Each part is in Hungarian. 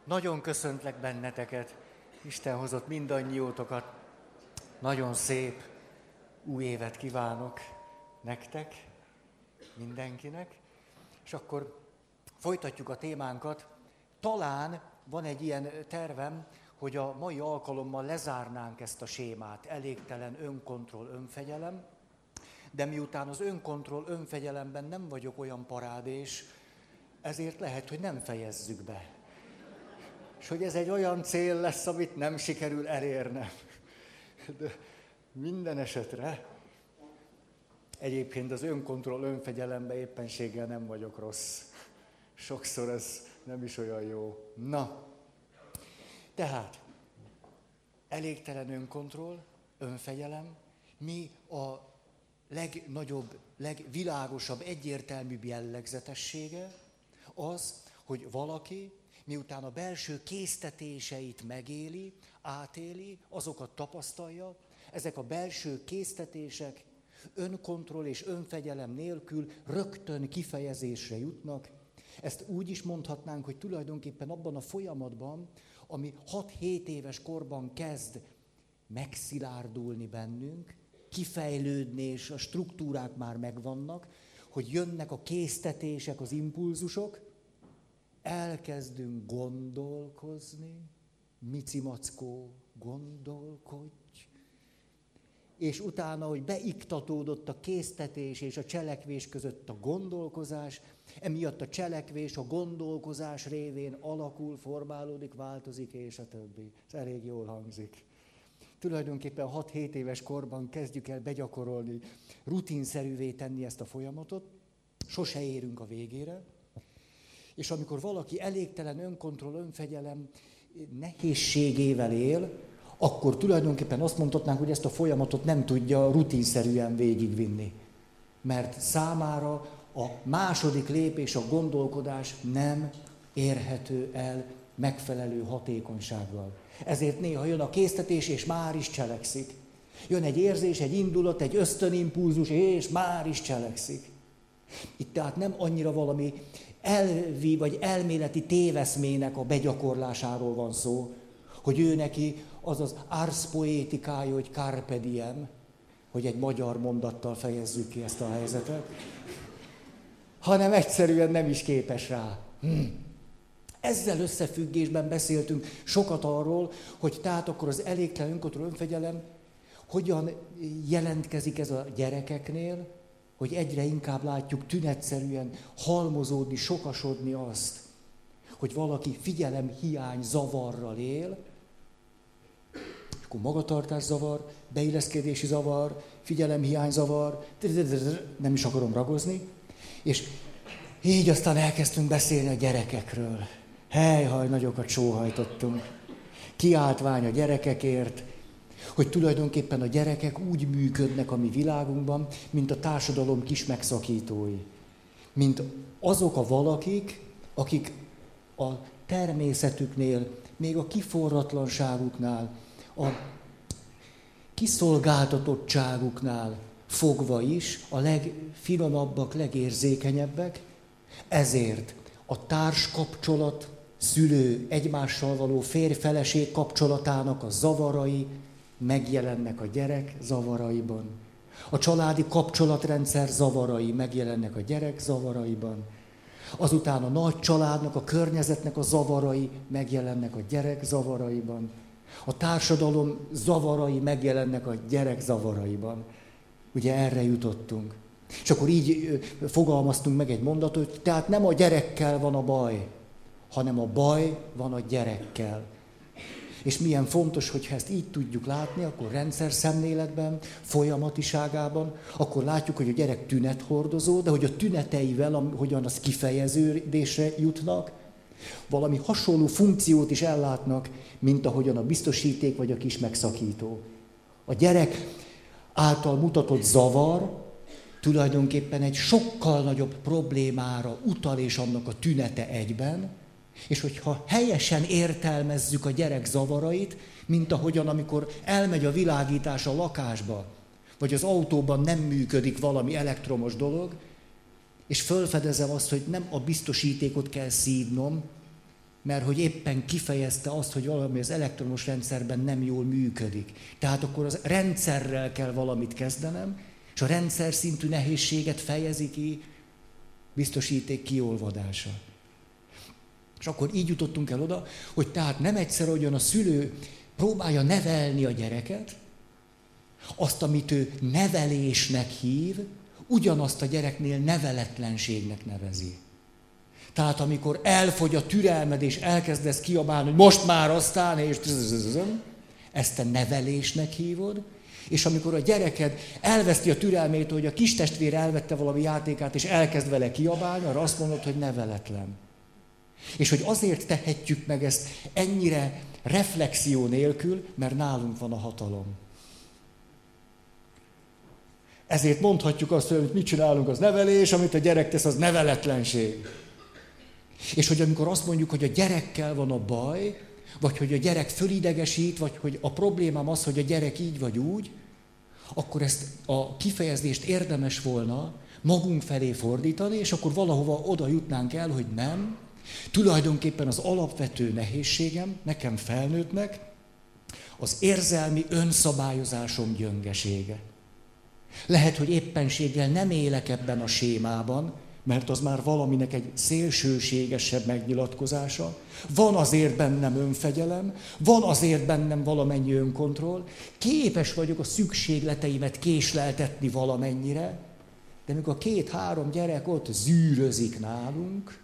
Nagyon köszöntlek benneteket. Isten hozott mindannyiótokat. Nagyon szép új évet kívánok nektek, mindenkinek. És akkor folytatjuk a témánkat. Talán van egy ilyen tervem, hogy a mai alkalommal lezárnánk ezt a sémát. Elégtelen önkontroll, önfegyelem. De miután az önkontroll, önfegyelemben nem vagyok olyan parádés, ezért lehet, hogy nem fejezzük be. És hogy ez egy olyan cél lesz, amit nem sikerül elérnem. De minden esetre egyébként az önkontroll, önfegyelemben éppenséggel nem vagyok rossz. Sokszor ez nem is olyan jó. Na, tehát elégtelen önkontroll, önfegyelem, mi a legnagyobb, legvilágosabb, egyértelműbb jellegzetessége az, hogy valaki, miután a belső késztetéseit megéli, átéli, azokat tapasztalja, ezek a belső késztetések önkontroll és önfegyelem nélkül rögtön kifejezésre jutnak. Ezt úgy is mondhatnánk, hogy tulajdonképpen abban a folyamatban, ami 6-7 éves korban kezd megszilárdulni bennünk, kifejlődni, és a struktúrák már megvannak, hogy jönnek a késztetések, az impulzusok, elkezdünk gondolkozni, Mici Mackó, gondolkodj, és utána, hogy beiktatódott a késztetés és a cselekvés között a gondolkozás, emiatt a cselekvés, a gondolkozás révén alakul, formálódik, változik, és a többi. Ez elég jól hangzik. Tulajdonképpen 6-7 éves korban kezdjük el begyakorolni, rutinszerűvé tenni ezt a folyamatot, sose érünk a végére, és amikor valaki elégtelen önkontroll, önfegyelem nehézségével él, akkor tulajdonképpen azt mondhatnánk, hogy ezt a folyamatot nem tudja rutinszerűen végigvinni. Mert számára a második lépés, a gondolkodás nem érhető el megfelelő hatékonysággal. Ezért néha jön a késztetés, és már is cselekszik. Jön egy érzés, egy indulat, egy ösztönimpulzus, és már is cselekszik. Itt tehát nem annyira valami elvi vagy elméleti téveszmének a begyakorlásáról van szó, hogy ő neki az az ars poetikája, hogy carpe diem, hogy egy magyar mondattal fejezzük ki ezt a helyzetet, hanem egyszerűen nem is képes rá. Ezzel összefüggésben beszéltünk sokat arról, hogy tehát akkor az elégtelen önkontroll, önfegyelem hogyan jelentkezik ez a gyerekeknél, hogy egyre inkább látjuk tünetszerűen halmozódni, sokasodni azt, hogy valaki figyelemhiány zavarral él, és akkor magatartás zavar, beilleszkedési zavar, figyelemhiány zavar, nem is akarom ragozni, és így aztán elkezdtünk beszélni a gyerekekről. Hely, nagyokat sóhajtottunk. Kiáltvány a gyerekekért, hogy tulajdonképpen a gyerekek úgy működnek a mi világunkban, mint a társadalom kis megszakítói. Mint azok a valakik, akik a természetüknél, még a kiforratlanságuknál, a kiszolgáltatottságuknál fogva is a legfinomabbak, legérzékenyebbek, ezért a társkapcsolat, szülő egymással való férj-feleség kapcsolatának a zavarai megjelennek a gyerek zavaraiban. A családi kapcsolatrendszer zavarai megjelennek a gyerek zavaraiban. Azután a nagy családnak, a környezetnek a zavarai megjelennek a gyerek zavaraiban. A társadalom zavarai megjelennek a gyerek zavaraiban. Ugye erre jutottunk. És akkor így fogalmaztunk meg egy mondatot, hogy tehát nem a gyerekkel van a baj, hanem a baj van a gyerekkel. És milyen fontos, hogyha ezt így tudjuk látni, akkor rendszer szemléletben, folyamatiságában, akkor látjuk, hogy a gyerek tünethordozó, de hogy a tüneteivel, hogyan az kifejeződésre jutnak, valami hasonló funkciót is ellátnak, mint ahogyan a biztosíték vagy a kis megszakító. A gyerek által mutatott zavar tulajdonképpen egy sokkal nagyobb problémára utal, és annak a tünete egyben, és hogyha helyesen értelmezzük a gyerek zavarait, mint ahogyan, amikor elmegy a világítás a lakásba, vagy az autóban nem működik valami elektromos dolog, és felfedezem azt, hogy nem a biztosítékot kell szívnom, mert hogy éppen kifejezte azt, hogy valami az elektromos rendszerben nem jól működik. Tehát akkor az rendszerrel kell valamit kezdenem, és a rendszer szintű nehézséget fejezi ki biztosíték kiolvadása. És akkor így jutottunk el oda, hogy tehát nem egyszer, hogyan a szülő próbálja nevelni a gyereket, azt, amit ő nevelésnek hív, ugyanazt a gyereknél neveletlenségnek nevezi. Tehát amikor elfogy a türelmed, és elkezdesz kiabálni, hogy most már aztán, és ezt te nevelésnek hívod, és amikor a gyereked elveszti a türelmét, hogy a kis testvér elvette valami játékát, és elkezd vele kiabálni, arra azt mondod, hogy neveletlen. És hogy azért tehetjük meg ezt ennyire reflexió nélkül, mert nálunk van a hatalom. Ezért mondhatjuk azt, hogy mit csinálunk, az nevelés, amit a gyerek tesz, az neveletlenség. És hogy amikor azt mondjuk, hogy a gyerekkel van a baj, vagy hogy a gyerek fölidegesít, vagy hogy a problémám az, hogy a gyerek így vagy úgy, akkor ezt a kifejezést érdemes volna magunk felé fordítani, és akkor valahova oda jutnánk el, hogy nem. Tulajdonképpen az alapvető nehézségem, nekem felnőttnek, az érzelmi önszabályozásom gyöngesége. Lehet, hogy éppenséggel nem élek ebben a sémában, mert az már valaminek egy szélsőségesebb megnyilatkozása. Van azért bennem önfegyelem, van azért bennem valamennyi önkontroll, képes vagyok a szükségleteimet késleltetni valamennyire, de amikor 2-3 gyerek ott zűrözik nálunk,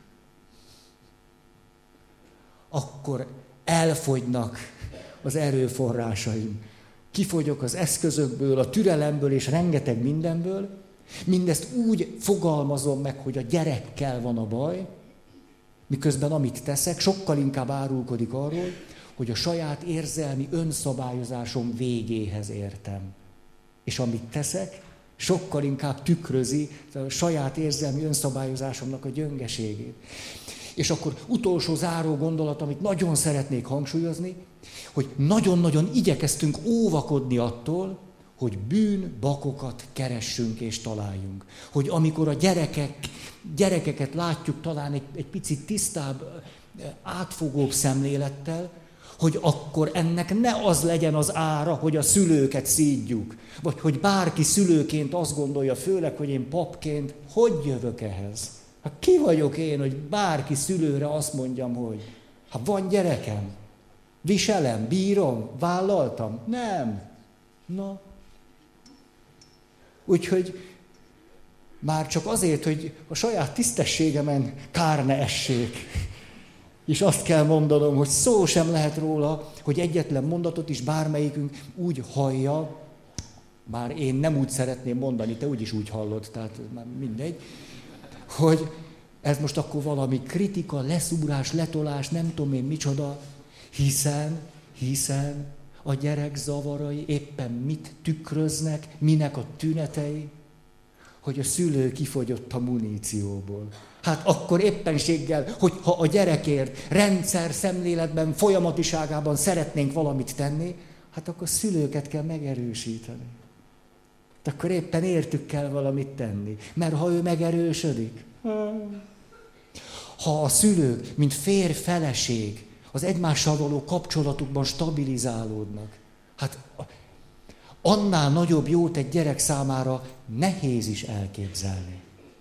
akkor elfogynak az erőforrásaim. Kifogyok az eszközökből, a türelemből és rengeteg mindenből. Mindezt úgy fogalmazom meg, hogy a gyerekkel van a baj, miközben amit teszek, sokkal inkább árulkodik arról, hogy a saját érzelmi önszabályozásom végéhez értem. És amit teszek, sokkal inkább tükrözi a saját érzelmi önszabályozásomnak a gyöngeségét. És akkor utolsó záró gondolat, amit nagyon szeretnék hangsúlyozni, hogy nagyon-nagyon igyekeztünk óvakodni attól, hogy bűnbakokat keressünk és találjunk. Hogy amikor a gyerekeket látjuk talán egy picit tisztább, átfogóbb szemlélettel, hogy akkor ennek ne az legyen az ára, hogy a szülőket szídjuk. Vagy hogy bárki szülőként azt gondolja, főleg, hogy én papként, hogy jövök ehhez? Hát ki vagyok én, hogy bárki szülőre azt mondjam, hogy hát van gyerekem, viselem, bírom, vállaltam? Nem. Na. Úgyhogy már csak azért, hogy a saját tisztességemen kár ne essék. És azt kell mondanom, hogy szó sem lehet róla, hogy egyetlen mondatot is bármelyikünk úgy hallja, bár én nem úgy szeretném mondani, te úgyis úgy hallod, tehát már mindegy, hogy ez most akkor valami kritika, leszúrás, letolás, nem tudom én micsoda, hiszen a gyerek zavarai éppen mit tükröznek, minek a tünetei, hogy a szülő kifogyott a munícióból. Hát akkor éppenséggel, hogyha a gyerekért rendszer szemléletben, folyamatiságában szeretnénk valamit tenni, hát akkor szülőket kell megerősíteni. Hát akkor éppen értük kell valamit tenni. Mert ha ő megerősödik, ha a szülők, mint férj-feleség, az egymással való kapcsolatukban stabilizálódnak, hát annál nagyobb jót egy gyerek számára nehéz is elképzelni.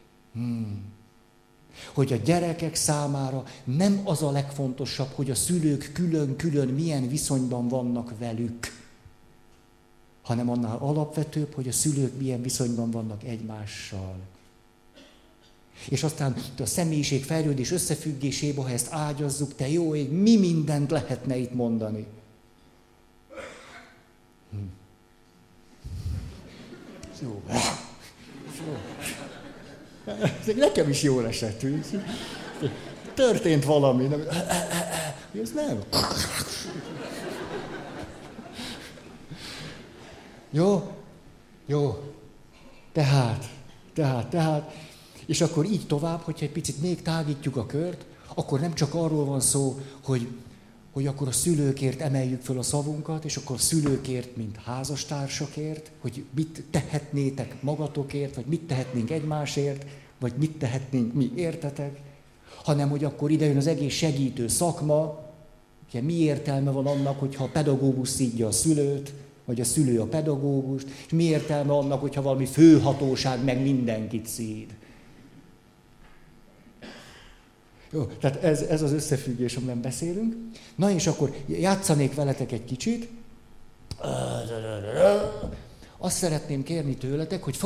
Hogy a gyerekek számára nem az a legfontosabb, hogy a szülők külön-külön milyen viszonyban vannak velük, hanem annál alapvetőbb, hogy a szülők milyen viszonyban vannak egymással. És aztán a személyiség fejlődés összefüggésébe, ha ezt ágyazzuk, te jó ég, mi mindent lehetne itt mondani. Jó. Nekem is jól esett. Történt valami. Ez nem. Jó. Tehát. És akkor így tovább, hogyha egy picit még tágítjuk a kört, akkor nem csak arról van szó, hogy akkor a szülőkért emeljük föl a szavunkat, és akkor a szülőkért, mint házastársakért, hogy mit tehetnétek magatokért, vagy mit tehetnénk egymásért, vagy mit tehetnénk mi értetek, hanem hogy akkor ide jön az egész segítő szakma, ugye mi értelme van annak, hogyha a pedagógus szidja a szülőt, vagy a szülő a pedagógust, és mi értelme annak, hogyha valami főhatóság meg mindenkit szíd. Jó, tehát ez az összefüggés, amiben beszélünk. Na és akkor játszanék veletek egy kicsit. Azt szeretném kérni tőletek, hogy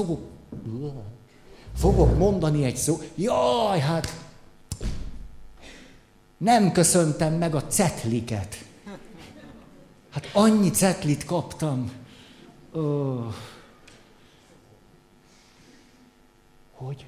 fogok mondani egy szó. Jaj, hát nem köszöntem meg a cetliket. Hát annyi cetlit kaptam. Hogy?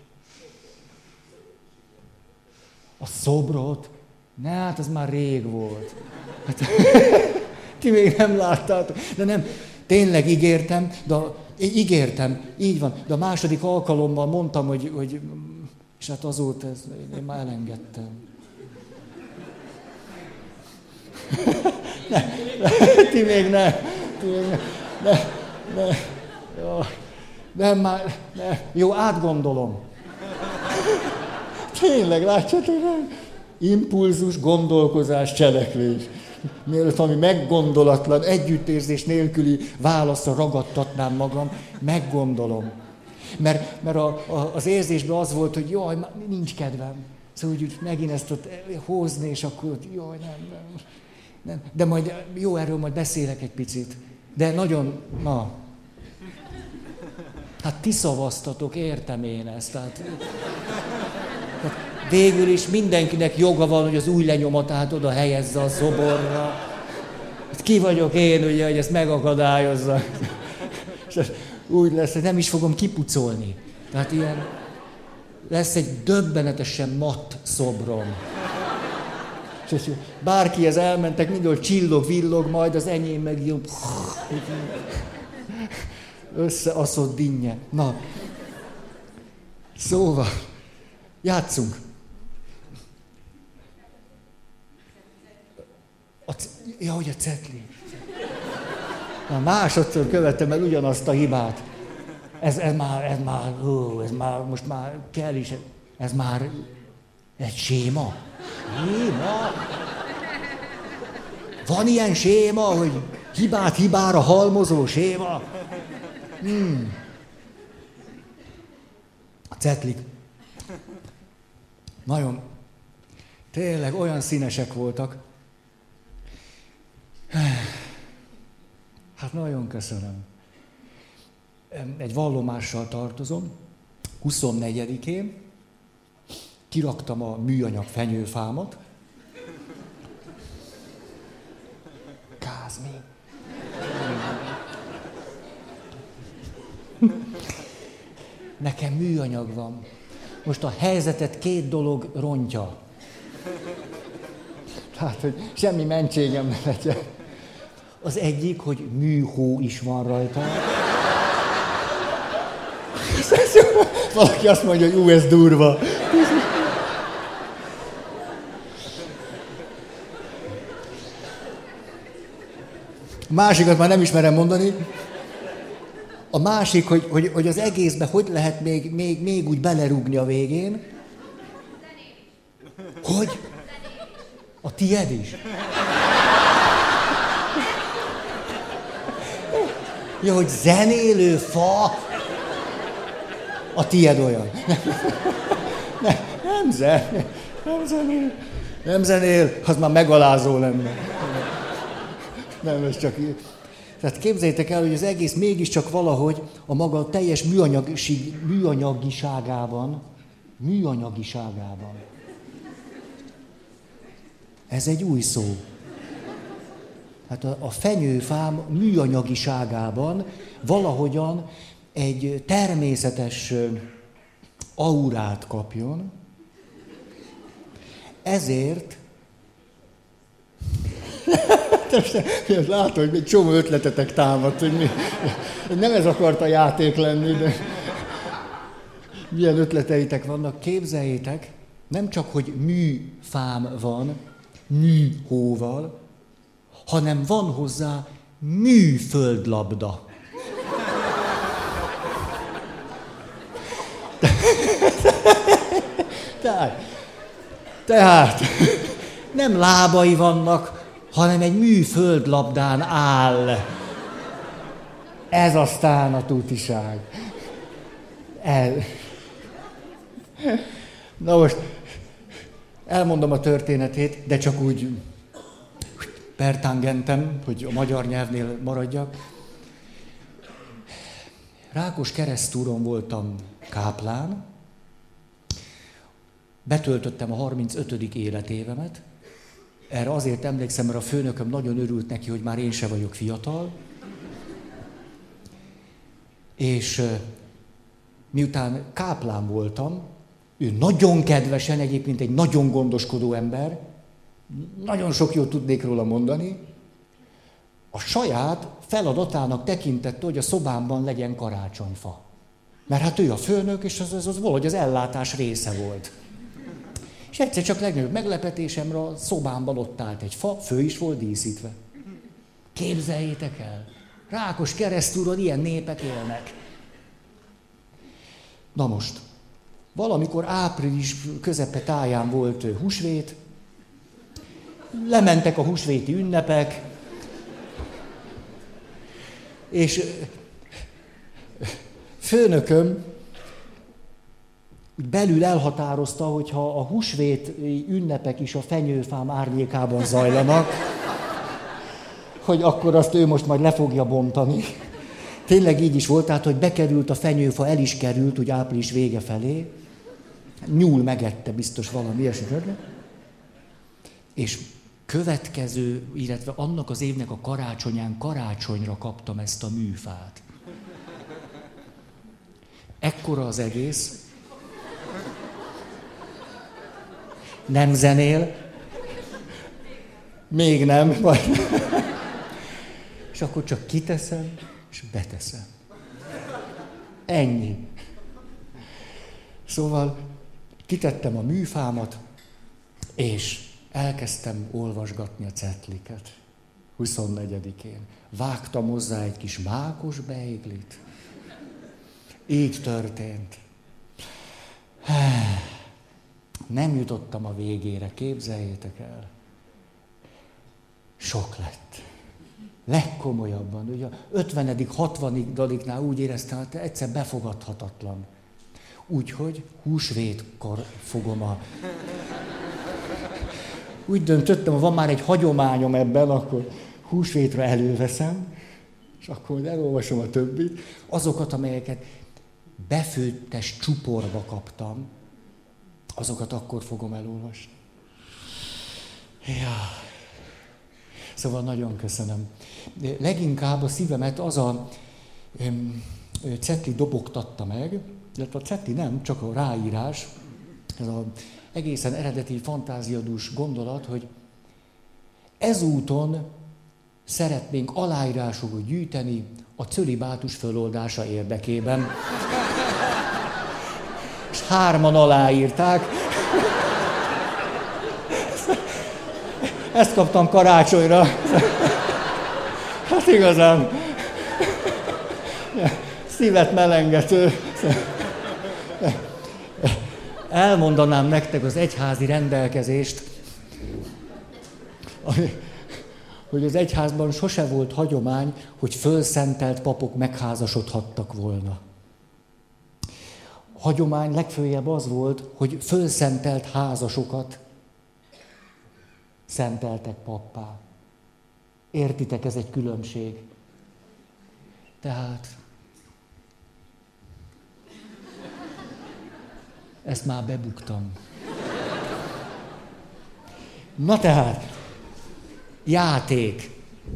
A szobrot? Ne, hát az már rég volt. Hát, ti még nem láttátok. De nem, tényleg ígértem, így van. De a második alkalommal mondtam, hogy és hát azóta én már elengedtem. Ti még ne. Jó, nem már, ne. Jó, átgondolom. Tényleg, látjátok? Impulzus, gondolkozás, cselekvés. Mielőtt valami meggondolatlan, együttérzés nélküli válaszra ragadtatnám magam, meggondolom. Mert az érzésben az volt, hogy jaj, nincs kedvem. Szóval úgy megint ezt ott hozni, és akkor jaj, nem. De majd, jó, erről majd beszélek egy picit. De nagyon, hát ti szavaztatok, értem én ezt. Tehát végül is mindenkinek joga van, hogy az új lenyomatát oda helyezze a szoborra. Ki vagyok én, ugye, hogy ezt megakadályozza. És úgy lesz, hogy nem is fogom kipucolni. Tehát ilyen lesz egy döbbenetesen matt szobrom. És bárkihez elmentek, mindenhol csillog, villog, majd az enyém meg jó összeaszott dinnye. Na, szóval, játszunk. Hogy a cetli. Na, másodszor követtem el ugyanazt a hibát. Ez már, most már kell is, ez már egy séma. Van ilyen séma, hogy hibát hibára halmozó séma? A cetlik. Nagyon, tényleg olyan színesek voltak. Hát nagyon köszönöm. Egy vallomással tartozom. 24-én kiraktam a műanyag fenyőfámat. Kázmi. Nekem műanyag van. Most a helyzetet két dolog rontja. Tehát, hogy semmi mentségem ne legyen. Az egyik, hogy műhó is van rajta. Valaki azt mondja, hogy ez durva. A másikat már nem ismerem mondani. A másik, hogy az egészbe hogy lehet még úgy belerúgni a végén. Hogy? A tied is? Ja, hogy zenélő fa. A tied olyan. Nem zenél, az már megalázó lenne. Nem, ez csak így. Tehát képzeljétek el, hogy az egész mégiscsak valahogy a maga teljes műanyagiságában. Ez egy új szó. Hát a fenyőfám műanyagiságában valahogyan egy természetes aurát kapjon. Ezért látom, hogy egy csomó ötletetek támadt, hogy nem ez akart a játék lenni, de milyen ötleteitek vannak. Képzeljétek, nem csak, hogy műfám van, műhóval, hanem van hozzá műföldlabda. Tehát, Tehát nem lábai vannak, hanem egy műföldlabdán áll. Ez aztán a tutiság. Na most elmondom a történetét, de csak úgy pertangentem, hogy a magyar nyelvnél maradjak. Rákoskeresztúron voltam káplán, betöltöttem a 35. életévemet. Erre azért emlékszem, mert a főnököm nagyon örült neki, hogy már én se vagyok fiatal. És miután káplán voltam, ő nagyon kedvesen, egyébként egy nagyon gondoskodó ember, nagyon sok jót tudnék róla mondani, a saját feladatának tekintette, hogy a szobámban legyen karácsonyfa. Mert hát ő a főnök, és az valahogy az ellátás része volt. És egyszer csak legnagyobb meglepetésemre a szobámban ott állt egy fa, fő is volt díszítve. Képzeljétek el, Rákoskeresztúron ilyen népek élnek. Na most, valamikor április közepe táján volt húsvét, lementek a húsvéti ünnepek, és főnököm belül elhatározta, hogy ha a húsvét ünnepek is a fenyőfám árnyékában zajlanak, hogy akkor azt ő most majd le fogja bontani. Tényleg így is volt, tehát, hogy bekerült a fenyőfa, el is került, úgy április vége felé. Nyúl megette biztos valami ilyesmit. És következő, illetve annak az évnek a karácsonyán karácsonyra kaptam ezt a műfát. Ekkora az egész. Nem zenél. Még nem. És akkor csak kiteszem, és beteszem. Ennyi. Szóval kitettem a műfámat, és elkezdtem olvasgatni a cetliket. 24-én. Vágtam hozzá egy kis mákos beiglit. Így történt. Nem jutottam a végére, képzeljétek el. Sok lett. Legkomolyabban. Ugye a 50., 60. úgy éreztem, hogy egyszer befogadhatatlan. Úgyhogy húsvétkor fogom Úgy döntöttem, hogy van már egy hagyományom ebben, akkor húsvétre előveszem, és akkor elolvasom a többit. Azokat, amelyeket befőttes csuporba kaptam, azokat akkor fogom elolvasni. Ja. Szóval nagyon köszönöm. Leginkább a szívemet az a cetli dobogtatta meg, illetve a cetli nem, csak a ráírás, ez az egészen eredeti fantáziadús gondolat, hogy ezúton szeretnénk aláírásokat gyűjteni a cölibátus föloldása érdekében. És 3-an aláírták. Ezt kaptam karácsonyra. Hát igazán szívet melengető. Elmondanám nektek az egyházi rendelkezést, hogy az egyházban sose volt hagyomány, hogy fölszentelt papok megházasodhattak volna. A hagyomány legfőjebb az volt, hogy fölszentelt házasokat szenteltek pappá. Értitek, ez egy különbség. Tehát ezt már bebuktam. Na tehát, játék.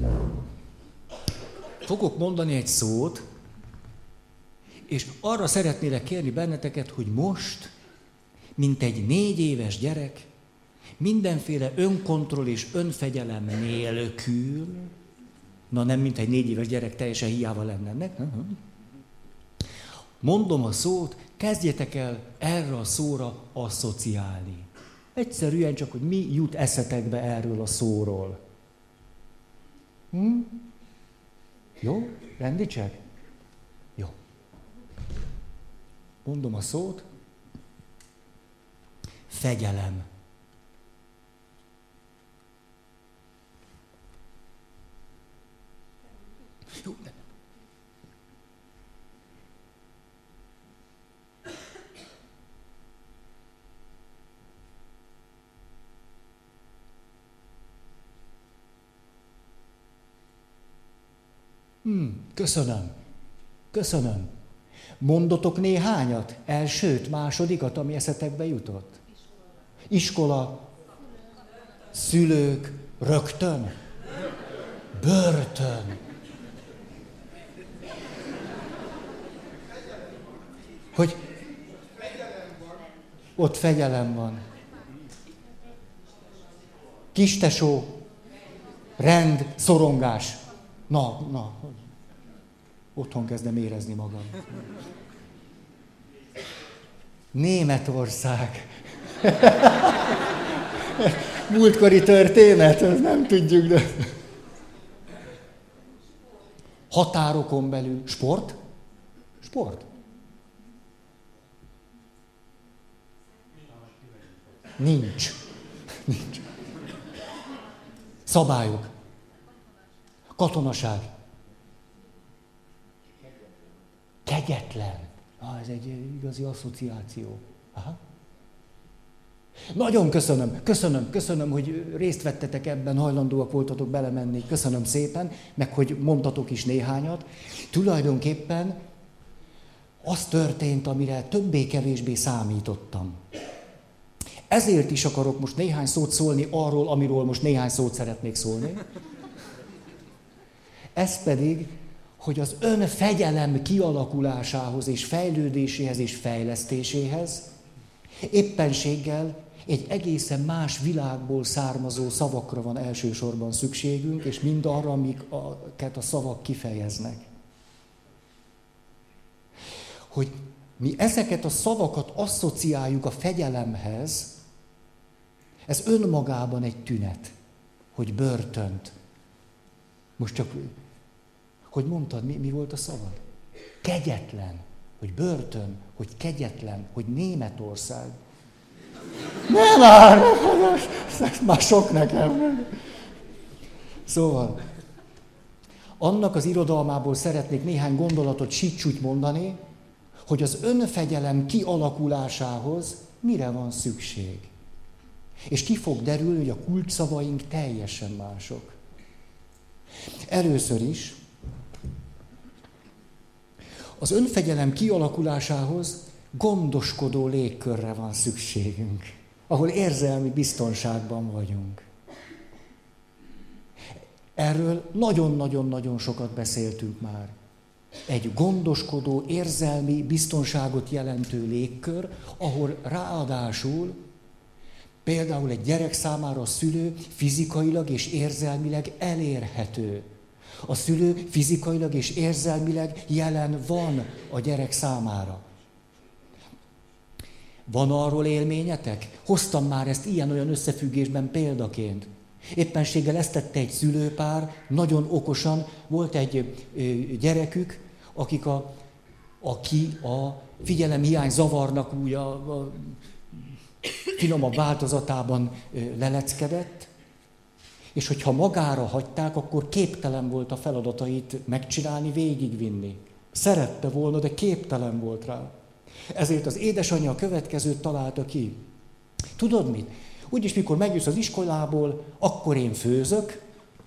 Fogok mondani egy szót, és arra szeretnélek kérni benneteket, hogy most, mint egy 4 éves gyerek, mindenféle önkontroll és önfegyelem nélkül, na nem, mint egy 4 éves gyerek teljesen hiába lenne ennek, mondom a szót, kezdjetek el erre a szóra asszociálni. Egyszerűen csak, hogy mi jut eszetekbe erről a szóról. Jó? Rendicsek? Jó. Mondom a szót. Fegyelem. Köszönöm. Köszönöm. Mondotok néhányat? Elsőt, másodikat, ami eszetekbe jutott? Iskola. Szülők. Rögtön. Börtön. Hogy ott fegyelem van. Kistesó, rend, szorongás. Na, otthon kezdem érezni magam. Németország. Múltkori történet, ezt nem tudjuk, de... Határokon belül. Sport? Sport. Nincs. Szabályok. Katonaság. Kegyetlen. Ez egy igazi asszociáció. Aha. Nagyon köszönöm, hogy részt vettetek ebben, hajlandóak voltatok belemenni. Köszönöm szépen, meg hogy mondtatok is néhányat. Tulajdonképpen az történt, amire többé-kevésbé számítottam. Ezért is akarok most néhány szót szólni arról, amiről most néhány szót szeretnék szólni. Ez pedig, hogy az önfegyelem kialakulásához és fejlődéséhez és fejlesztéséhez éppenséggel egy egészen más világból származó szavakra van elsősorban szükségünk, és mindarra, amiket a szavak kifejeznek. Hogy mi ezeket a szavakat asszociáljuk a fegyelemhez, ez önmagában egy tünet, hogy börtönt. Most csak, hogy mondtad, mi volt a szavad? Kegyetlen, hogy börtön, hogy kegyetlen, hogy Németország. Nem már, már sok nekem. Szóval, annak az irodalmából szeretnék néhány gondolatot sítsúgy mondani, hogy az önfegyelem kialakulásához mire van szükség. És ki fog derülni, hogy a kulcsszavaink teljesen mások. Először is, az önfegyelem kialakulásához gondoskodó légkörre van szükségünk, ahol érzelmi biztonságban vagyunk. Erről nagyon-nagyon-nagyon sokat beszéltünk már. Egy gondoskodó, érzelmi biztonságot jelentő légkör, ahol ráadásul például egy gyerek számára a szülő fizikailag és érzelmileg elérhető. A szülő fizikailag és érzelmileg jelen van a gyerek számára. Van arról élményetek? Hoztam már ezt ilyen-olyan összefüggésben példaként. Éppenséggel ezt tette egy szülőpár, nagyon okosan, volt egy gyerekük, aki a figyelemhiány zavarnak úgy a finomabb változatában leleckedett, és hogyha magára hagyták, akkor képtelen volt a feladatait megcsinálni, végigvinni. Szerette volna, de képtelen volt rá. Ezért az édesanyja a következőt találta ki. Tudod mit? Úgyis, mikor megjössz az iskolából, akkor én főzök,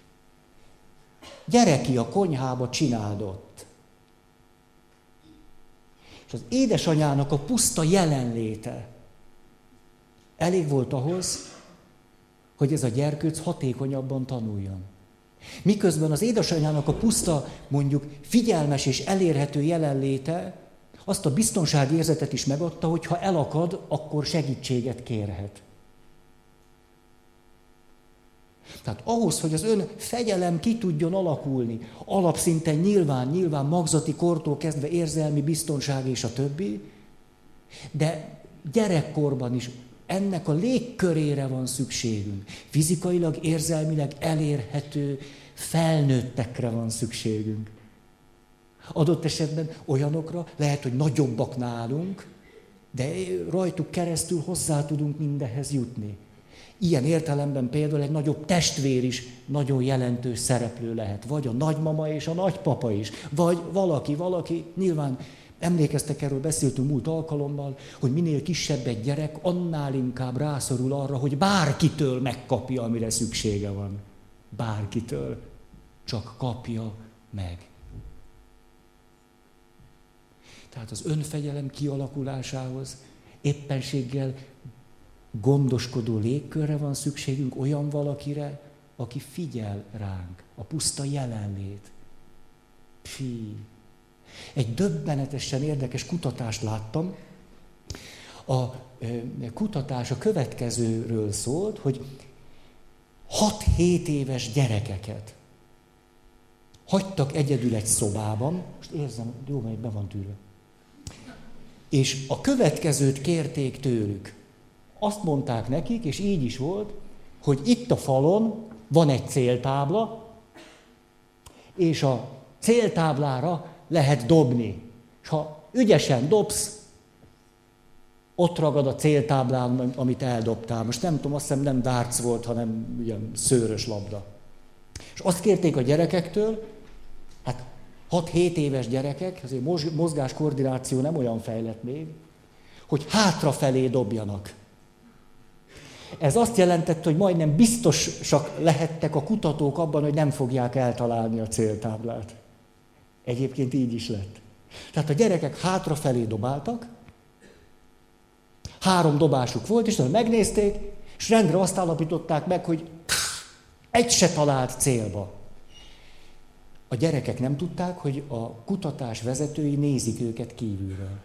gyere ki a konyhába, csináld ott. És az édesanyának a puszta jelenléte elég volt ahhoz, hogy ez a gyerkőc hatékonyabban tanuljon. Miközben az édesanyának a puszta, mondjuk figyelmes és elérhető jelenléte azt a biztonságérzetet is megadta, hogy ha elakad, akkor segítséget kérhet. Tehát ahhoz, hogy az ön fegyelem ki tudjon alakulni, alapszinten nyilván magzati kortól kezdve érzelmi biztonság és a többi, de gyerekkorban is ennek a légkörére van szükségünk. Fizikailag, érzelmileg elérhető felnőttekre van szükségünk. Adott esetben olyanokra, lehet, hogy nagyobbak nálunk, de rajtuk keresztül hozzá tudunk mindenhez jutni. Ilyen értelemben például egy nagyobb testvér is nagyon jelentős szereplő lehet. Vagy a nagymama és a nagypapa is. Vagy valaki, nyilván emlékeztek, erről beszéltünk múlt alkalommal, hogy minél kisebb egy gyerek, annál inkább rászorul arra, hogy bárkitől megkapja, amire szüksége van. Bárkitől. Csak kapja meg. Tehát az önfegyelem kialakulásához éppenséggel gondoskodó légkörre van szükségünk, olyan valakire, aki figyel ránk, a puszta jelenlét. Egy döbbenetesen érdekes kutatást láttam. A kutatás a következőről szólt, hogy 6-7 éves gyerekeket hagytak egyedül egy szobában, most érzem, jó, mert be van tűrve. És a következőt kérték tőlük. Azt mondták nekik, és így is volt, hogy itt a falon van egy céltábla, és a céltáblára lehet dobni. És ha ügyesen dobsz, ott ragad a céltáblán, amit eldobtál. Most nem tudom, azt hiszem nem darts volt, hanem ilyen szőrös labda. És azt kérték a gyerekektől, hát 6-7 éves gyerekek, azért mozgáskoordináció nem olyan fejlett még, hogy hátrafelé dobjanak. Ez azt jelentette, hogy majdnem biztosak lehettek a kutatók abban, hogy nem fogják eltalálni a céltáblát. Egyébként így is lett. Tehát a gyerekek hátrafelé dobáltak, 3 dobásuk volt, és megnézték, és rendre azt állapították meg, hogy egy se talált célba. A gyerekek nem tudták, hogy a kutatás vezetői nézik őket kívülről.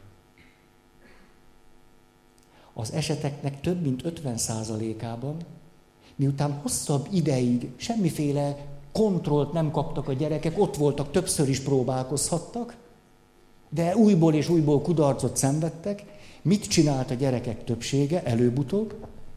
Az eseteknek több mint 50%-ában, miután hosszabb ideig semmiféle kontrollt nem kaptak a gyerekek, ott voltak, többször is próbálkozhattak, de újból és újból kudarcot szenvedtek. Mit csinált a gyerekek többsége előbb-utóbb?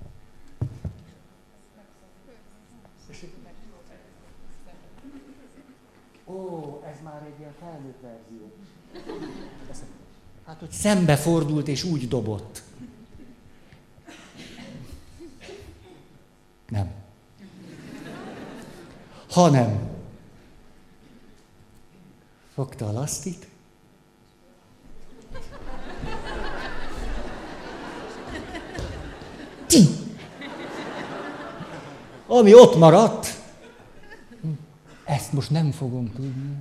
Ó, ez már egy ilyen felnőtt verzió. Hát, hogy szembefordult és úgy dobott. Nem. Hanem fogta a lasztit, ami ott maradt, ezt most nem fogom tudni.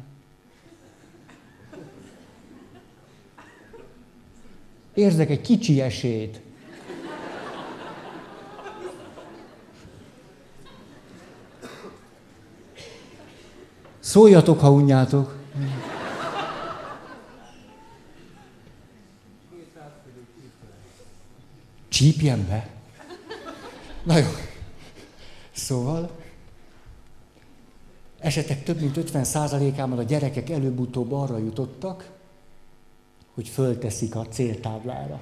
Érzek egy kicsi esélyt. Szóljatok, ha unjátok. Csípjen be. Na jó. Szóval, esetek több mint 50%-ában a gyerekek előbb-utóbb arra jutottak, hogy fölteszik a céltáblára.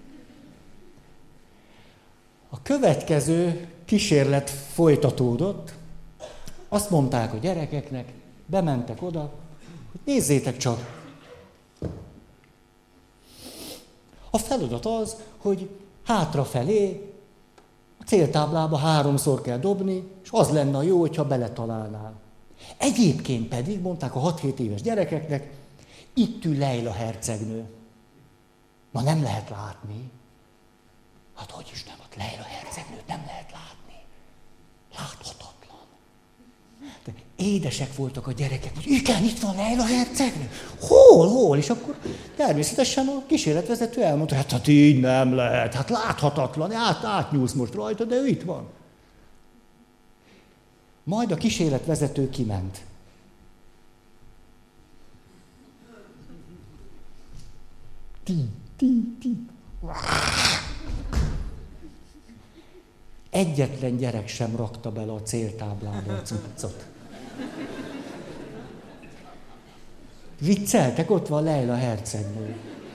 A következő kísérlet folytatódott. Azt mondták a gyerekeknek, bementek oda, hogy nézzétek csak. A feladat az, hogy hátrafelé a céltáblába 3-szor kell dobni, és az lenne a jó, hogyha beletalálnál. Egyébként pedig, mondták a 6-7 éves gyerekeknek, itt ül Leila hercegnő. Ma nem lehet látni. Hát hogy is nem, ott Leila hercegnőt nem lehet látni. Láthatatlan. De édesek voltak a gyerekek, hogy igen, itt van Leila hercegnő. Hol? És akkor természetesen a kísérletvezető elmondta, hát így nem lehet, hát láthatatlan, átnyúlsz most rajta, de ő itt van. Majd a kísérletvezető kiment. Egyetlen gyerek sem rakta bele a céltáblába a cuccot. Vicceltek, ott van Leila hercegnő.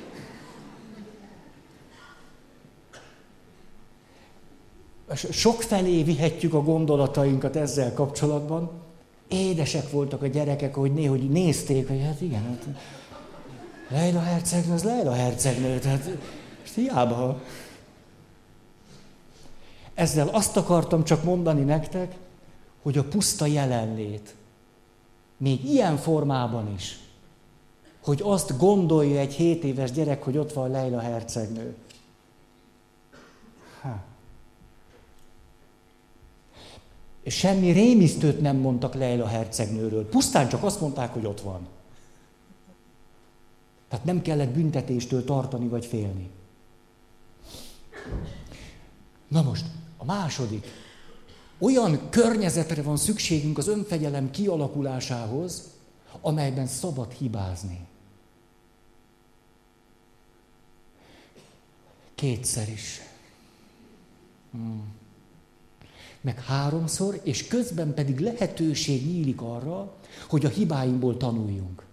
Sokfelé vihetjük a gondolatainkat ezzel kapcsolatban. Édesek voltak a gyerekek, hogy néhogy nézték, hogy hát igen, hát Leila hercegnő, az Leila hercegnő, tehát hiába. Ezzel azt akartam csak mondani nektek, hogy a puszta jelenlét, még ilyen formában is, hogy azt gondolja egy 7 éves gyerek, hogy ott van Leila hercegnő. Semmi rémisztőt nem mondtak Leila hercegnőről, pusztán csak azt mondták, hogy ott van. Tehát nem kellett büntetéstől tartani vagy félni. Na most, a második. Olyan környezetre van szükségünk az önfegyelem kialakulásához, amelyben szabad hibázni. Kétszer is. Meg háromszor, és közben pedig lehetőség nyílik arra, hogy a hibáinkból tanuljunk.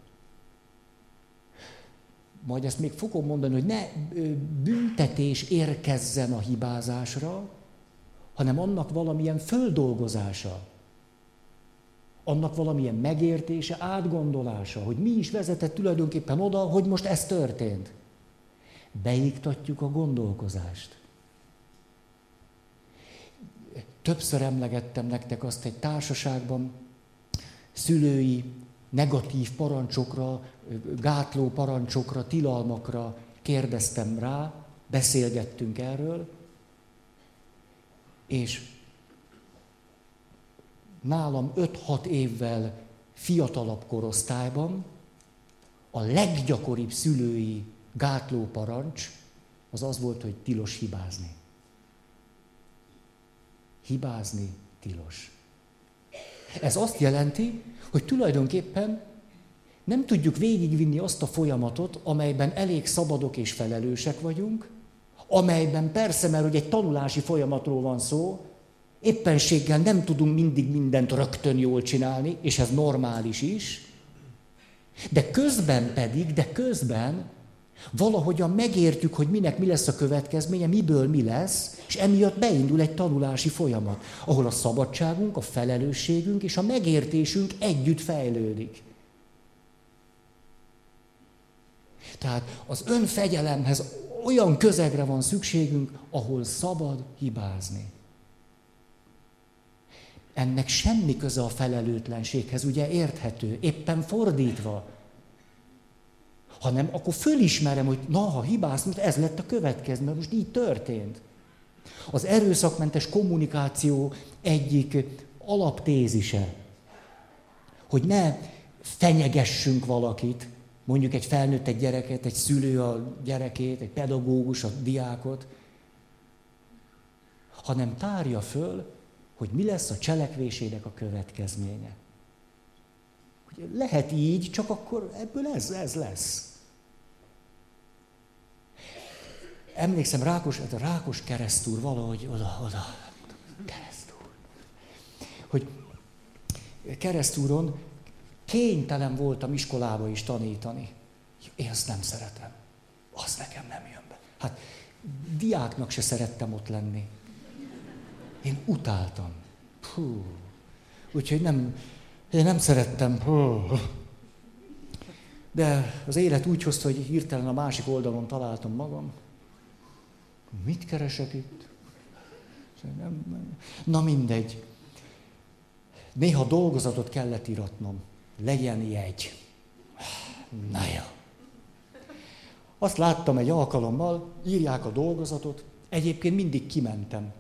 Majd ezt még fogom mondani, hogy ne büntetés érkezzen a hibázásra, hanem annak valamilyen földolgozása. Annak valamilyen megértése, átgondolása, hogy mi is vezetett tulajdonképpen oda, hogy most ez történt. Beiktatjuk a gondolkozást. Többször emlegettem nektek azt egy társaságban, szülői negatív parancsokra, gátló parancsokra, tilalmakra kérdeztem rá, beszélgettünk erről, és nálam 5-6 évvel fiatalabb korosztályban a leggyakoribb szülői gátló parancs az az volt, hogy tilos hibázni. Hibázni tilos. Ez azt jelenti, hogy tulajdonképpen nem tudjuk végigvinni azt a folyamatot, amelyben elég szabadok és felelősek vagyunk, amelyben persze, mert hogy egy tanulási folyamatról van szó, éppenséggel nem tudunk mindig mindent rögtön jól csinálni, és ez normális is, de közben valahogyan megértjük, hogy minek mi lesz a következménye, miből mi lesz, és emiatt beindul egy tanulási folyamat, ahol a szabadságunk, a felelősségünk és a megértésünk együtt fejlődik. Tehát az önfegyelemhez olyan közegre van szükségünk, ahol szabad hibázni. Ennek semmi köze a felelőtlenséghez, ugye érthető, éppen fordítva. Hanem akkor fölismerem, hogy na, ha hibáztam, ez lett a következő, mert most így történt. Az erőszakmentes kommunikáció egyik alaptézise, hogy ne fenyegessünk valakit, mondjuk egy felnőtt egy gyereket, egy szülő a gyerekét, egy pedagógus a diákot, hanem tárja föl, hogy mi lesz a cselekvésének a következménye. Hogy lehet így, csak akkor ebből ez lesz. Emlékszem, Rákos keresztúr valahogy oda, keresztúr. Hogy keresztúron kénytelen voltam iskolába is tanítani. Én azt nem szeretem. Az nekem nem jön be. Hát diáknak se szerettem ott lenni. Én utáltam. Úgyhogy nem szerettem. De az élet úgy hozta, hogy hirtelen a másik oldalon találtam magam. Mit keresek itt? Na mindegy. Néha dolgozatot kellett iratnom. Legyen jegy. Na jó. Azt láttam egy alkalommal, írják a dolgozatot, egyébként mindig kimentem.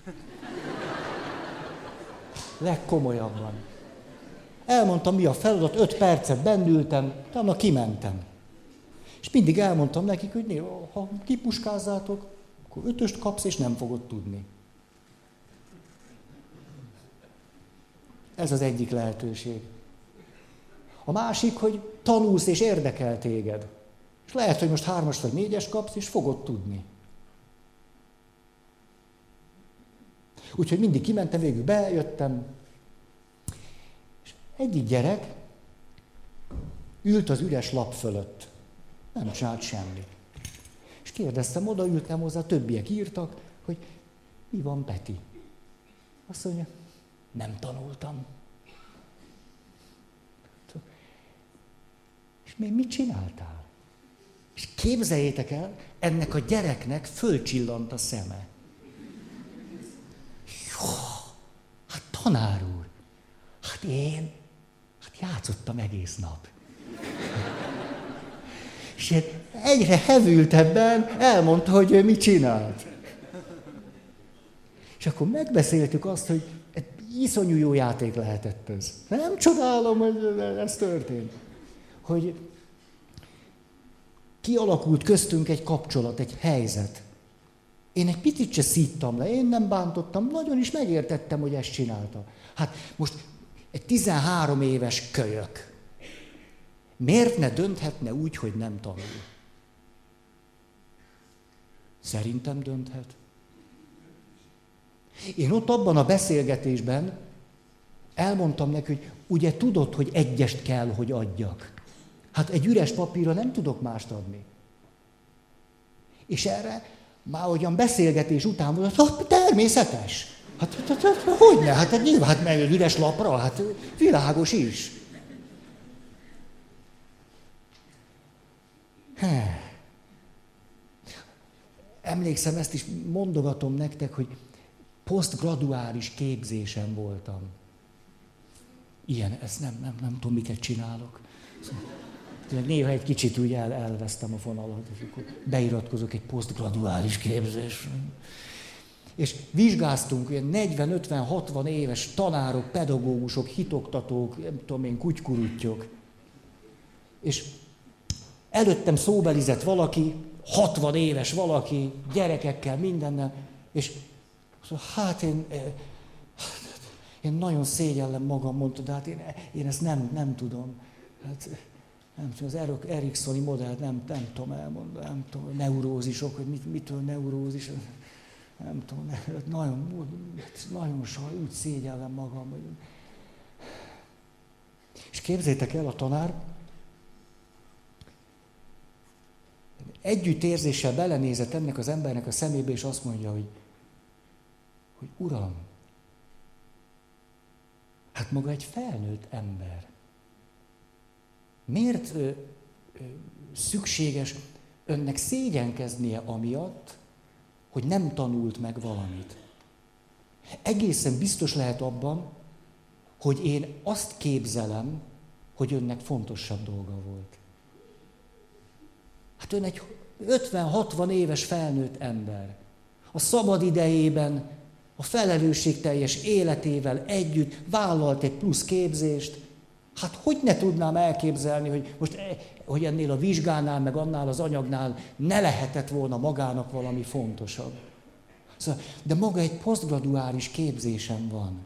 Legkomolyabban. Elmondtam, mi a feladat, 5 percet bennültem, utána kimentem. És mindig elmondtam nekik, hogy ha kipuskázzátok, akkor 5-öst kapsz, és nem fogod tudni. Ez az egyik lehetőség. A másik, hogy tanulsz és érdekel téged. És lehet, hogy most 3-as vagy 4-es kapsz, és fogod tudni. Úgyhogy mindig kimentem, végül bejöttem. És egyik gyerek ült az üres lap fölött. Nem csinált semmit. És kérdeztem, odaültem hozzá, a többiek írtak, hogy mi van, Peti? Azt mondja, nem tanultam. És még mit csináltál? És képzeljétek el, ennek a gyereknek fölcsillant a szeme. Jó, hát tanár úr, hát én játszottam egész nap. És egyre hevültebben elmondta, hogy ő mit csinált. És akkor megbeszéltük azt, hogy iszonyú jó játék lehetett ez. Nem csodálom, hogy ez történt. Hogy kialakult köztünk egy kapcsolat, egy helyzet. Én egy picit se szíttam le, én nem bántottam, nagyon is megértettem, hogy ezt csinálta. Hát most egy 13 éves kölyök. Miért ne dönthetne úgy, hogy nem tanul? Szerintem dönthet. Én ott abban a beszélgetésben elmondtam neki, hogy ugye tudod, hogy egyest kell, hogy adjak. Hát egy üres papírra nem tudok mást adni. És erre már olyan beszélgetés után volt, hogy természetes. Hát hogyne? Hát nyilván hát meg üres lapra, hát világos is. Emlékszem, ezt is mondogatom nektek, hogy posztgraduális képzésen voltam. Ilyen, ezt nem tudom, miket csinálok. Néha egy kicsit úgy elvesztem a fonalat, és akkor beiratkozok egy posztgraduális képzésre. És vizsgáztunk ilyen 40-50-60 éves tanárok, pedagógusok, hitoktatók, nem tudom én, kutykuruttyok. És előttem szóbelizett valaki, 60 éves valaki, gyerekekkel, mindennel, és hát én nagyon szégyellem magam, mondta, de hát én ezt nem tudom. Hát, nem tudom, az Eriksoni modellt nem tudom elmondani, nem tudom, neurózisok, hogy mitől neurózis, nem tudom, nagyon úgy szégyellem magam. És képzeljétek el, a tanár együttérzéssel belenézett ennek az embernek a szemébe, és azt mondja, hogy Uram, hát maga egy felnőtt ember. Miért szükséges önnek szégyenkeznie amiatt, hogy nem tanult meg valamit? Egészen biztos lehet abban, hogy én azt képzelem, hogy önnek fontosabb dolga volt. Hát ön egy 50-60 éves felnőtt ember. A szabad idejében, a felelősségteljes életével együtt vállalt egy plusz képzést. Hát hogy ne tudnám elképzelni, hogy ennél a vizsgánál, meg annál az anyagnál ne lehetett volna magának valami fontosabb. Szóval, de maga egy posztgraduális képzésen van.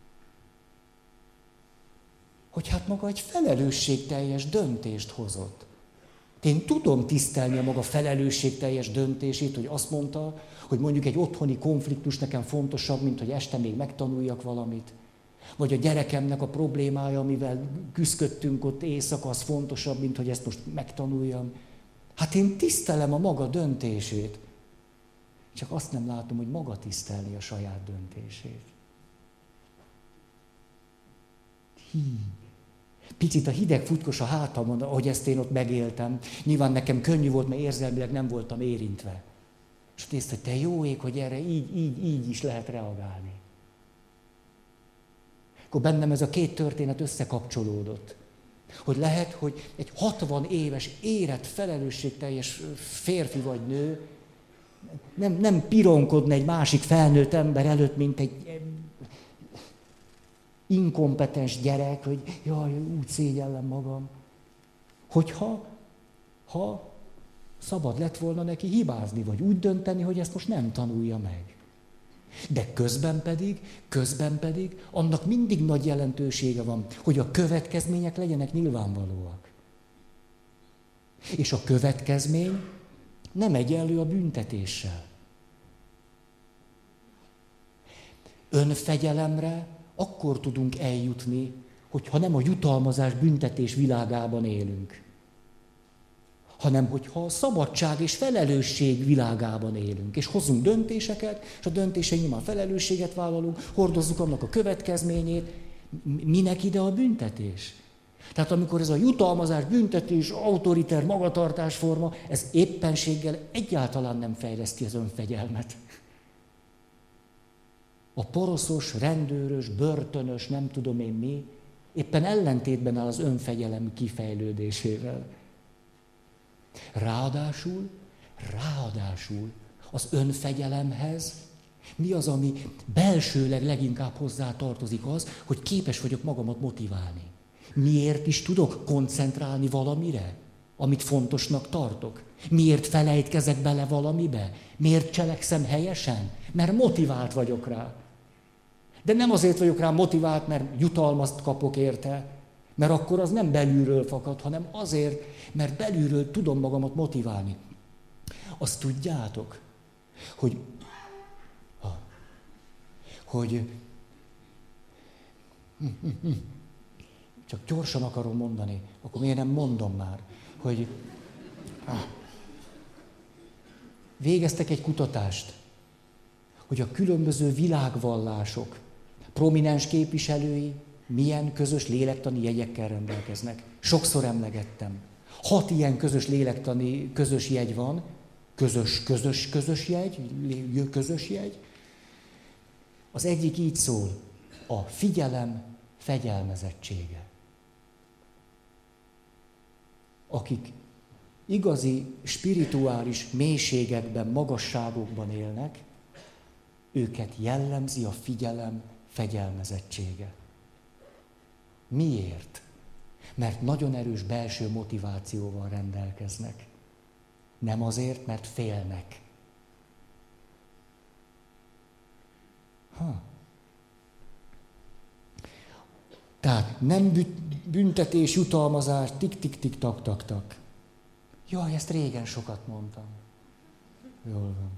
Hogy hát maga egy felelősségteljes döntést hozott. Én tudom tisztelni a maga felelősségteljes döntését, hogy azt mondta, hogy mondjuk egy otthoni konfliktus nekem fontosabb, mint hogy este még megtanuljak valamit. Vagy a gyerekemnek a problémája, amivel küzdködtünk ott éjszaka, az fontosabb, mint hogy ezt most megtanuljam. Hát én tisztelem a maga döntését. Csak azt nem látom, hogy maga tisztelni a saját döntését. Picit a hideg futkos a hátamon, ahogy ezt én ott megéltem. Nyilván nekem könnyű volt, mert érzelmileg nem voltam érintve. És ott nézte, hogy te jó ég, hogy erre így is lehet reagálni. Akkor bennem ez a két történet összekapcsolódott. Hogy lehet, hogy egy 60 éves, érett, felelősségteljes férfi vagy nő nem pironkodna egy másik felnőtt ember előtt, mint egy inkompetens gyerek, hogy jaj, úgy szégyellem magam. Hogyha szabad lett volna neki hibázni, vagy úgy dönteni, hogy ezt most nem tanulja meg. De közben pedig annak mindig nagy jelentősége van, hogy a következmények legyenek nyilvánvalóak. És a következmény nem egyenlő a büntetéssel. Önfegyelemre akkor tudunk eljutni, hogyha nem a jutalmazás büntetés világában élünk, hanem hogyha a szabadság és felelősség világában élünk, és hozunk döntéseket, és a döntéseink nyilván felelősséget vállalunk, hordozzuk annak a következményét. Minek ide a büntetés? Tehát amikor ez a jutalmazás, büntetés, autoriter, magatartásforma, ez éppenséggel egyáltalán nem fejleszti az önfegyelmet. A poroszos, rendőrös, börtönös, nem tudom én mi, éppen ellentétben áll az önfegyelem kifejlődésével. Ráadásul az önfegyelemhez mi az, ami belsőleg leginkább hozzá tartozik az, hogy képes vagyok magamat motiválni. Miért is tudok koncentrálni valamire? amit fontosnak tartok? Miért felejtkezek bele valamibe? Miért cselekszem helyesen? Mert motivált vagyok rá. De nem azért vagyok rá motivált, mert jutalmazt kapok érte, mert akkor az nem belülről fakad, hanem azért, mert belülről tudom magamat motiválni. Azt tudjátok, hogy csak gyorsan akarom mondani, akkor miért nem mondom már, hogy végeztek egy kutatást, hogy a különböző világvallások prominens képviselői milyen közös lélektani jegyekkel rendelkeznek. Sokszor emlegettem. 6 ilyen közös lélektani közös jegy van, közös jegy. Az egyik így szól, a figyelem fegyelmezettsége. Akik igazi, spirituális mélységekben, magasságokban élnek, őket jellemzi a figyelem fegyelmezettsége. Miért? Mert nagyon erős belső motivációval rendelkeznek. Nem azért, mert félnek. Tehát nem büntetés, jutalmazás, tik-tik-tik, tak-tak-tak. Jaj, ezt régen sokat mondtam. Jól van.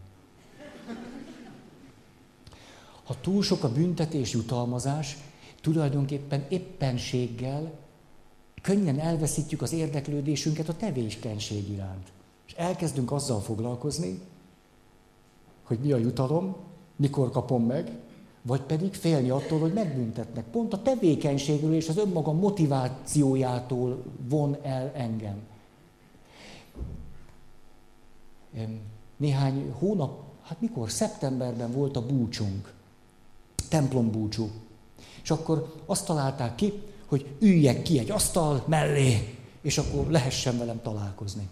Ha túl sok a büntetés, jutalmazás, tulajdonképpen éppenséggel könnyen elveszítjük az érdeklődésünket a tevékenység iránt. És elkezdünk azzal foglalkozni, hogy mi a jutalom, mikor kapom meg, vagy pedig félni attól, hogy megbüntetnek. Pont a tevékenységről és az önmaga motivációjától von el engem. Néhány hónap, mikor? Szeptemberben volt a búcsunk, templombúcsú. És akkor azt találták ki, hogy üljek ki egy asztal mellé, és akkor lehessen velem találkozni.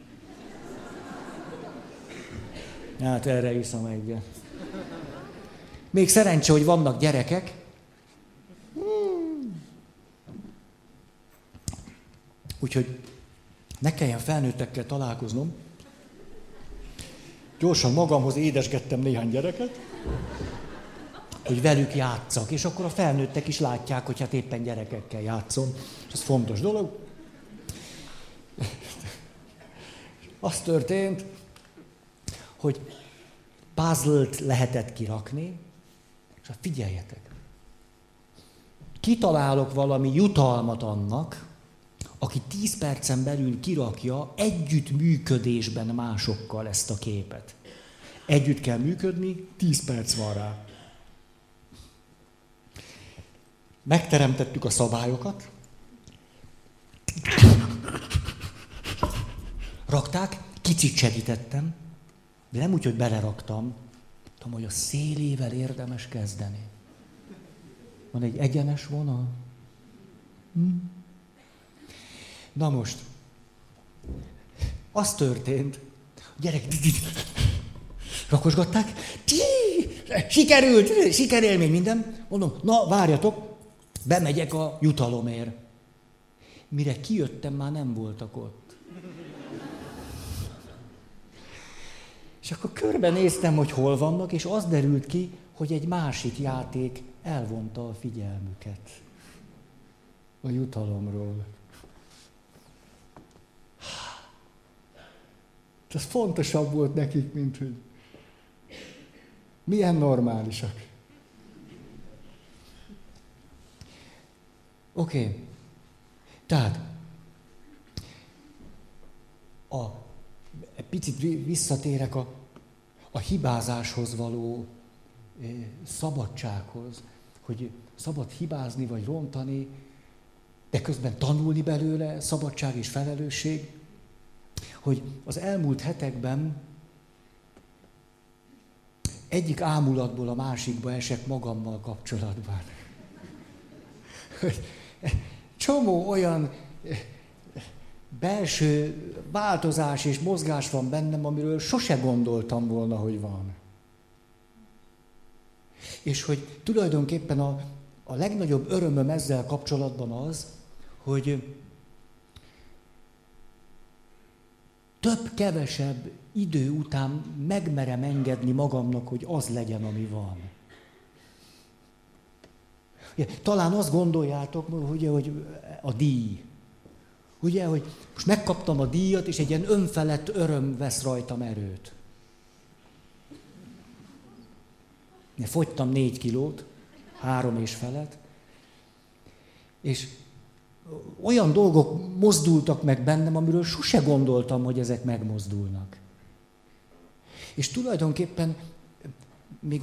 Hát erre iszom egyet. Még szerencse, hogy vannak gyerekek. Úgyhogy ne kelljen felnőttekkel találkoznom. Gyorsan magamhoz édesgettem néhány gyereket, hogy velük játsszak, és akkor a felnőttek is látják, hogy hát éppen gyerekekkel játszom. Ez fontos dolog. Az történt, hogy puzzle-t lehetett kirakni, és hát figyeljetek. Kitalálok valami jutalmat annak, aki 10 percen belül kirakja együttműködésben másokkal ezt a képet. Együtt kell működni, 10 perc van rá. Megteremtettük a szabályokat. Rakták, kicsit segítettem, de nem úgy, hogy beleraktam. Tudom, hogy a szélével érdemes kezdeni. Van egy egyenes vonal. Na most, az történt, a gyerek rakosgatták, sikerült, sikerélmény minden. Mondom, na várjatok, bemegyek a jutalomért. Mire kijöttem, már nem voltak ott. És akkor körbenéztem, hogy hol vannak, és az derült ki, hogy egy másik játék elvonta a figyelmüket a jutalomról. Ez fontosabb volt nekik, mint hogy milyen normálisak. Oké. Tehát egy picit visszatérek a hibázáshoz való szabadsághoz, hogy szabad hibázni vagy rontani, de közben tanulni belőle, szabadság és felelősség, hogy az elmúlt hetekben egyik ámulatból a másikba esek magammal kapcsolatban. Csomó olyan belső változás és mozgás van bennem, amiről sose gondoltam volna, hogy van. És hogy tulajdonképpen a legnagyobb örömöm ezzel kapcsolatban az, hogy több-kevesebb idő után megmerem engedni magamnak, hogy az legyen, ami van. Talán azt gondoljátok, ugye, hogy a díj. Ugye, hogy most megkaptam a díjat, és egy ilyen önfelett öröm vesz rajtam erőt. Fogytam 4 kilót, 3,5, és olyan dolgok mozdultak meg bennem, amiről sose gondoltam, hogy ezek megmozdulnak. És tulajdonképpen még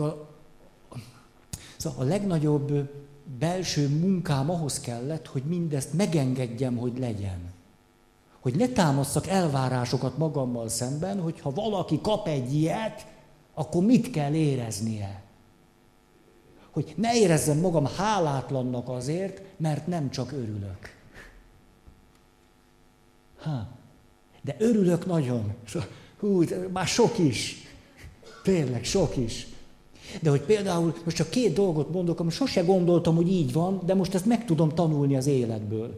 a legnagyobb belső munkám ahhoz kellett, hogy mindezt megengedjem, hogy legyen. Hogy ne támasszak elvárásokat magammal szemben, hogy ha valaki kap egy ilyet, akkor mit kell éreznie. Hogy ne érezzem magam hálátlannak azért, mert nem csak örülök. De örülök nagyon. Hú, már sok is. Tényleg sok is. De hogy például most csak 2 dolgot mondok, amit sose gondoltam, hogy így van, de most ezt meg tudom tanulni az életből.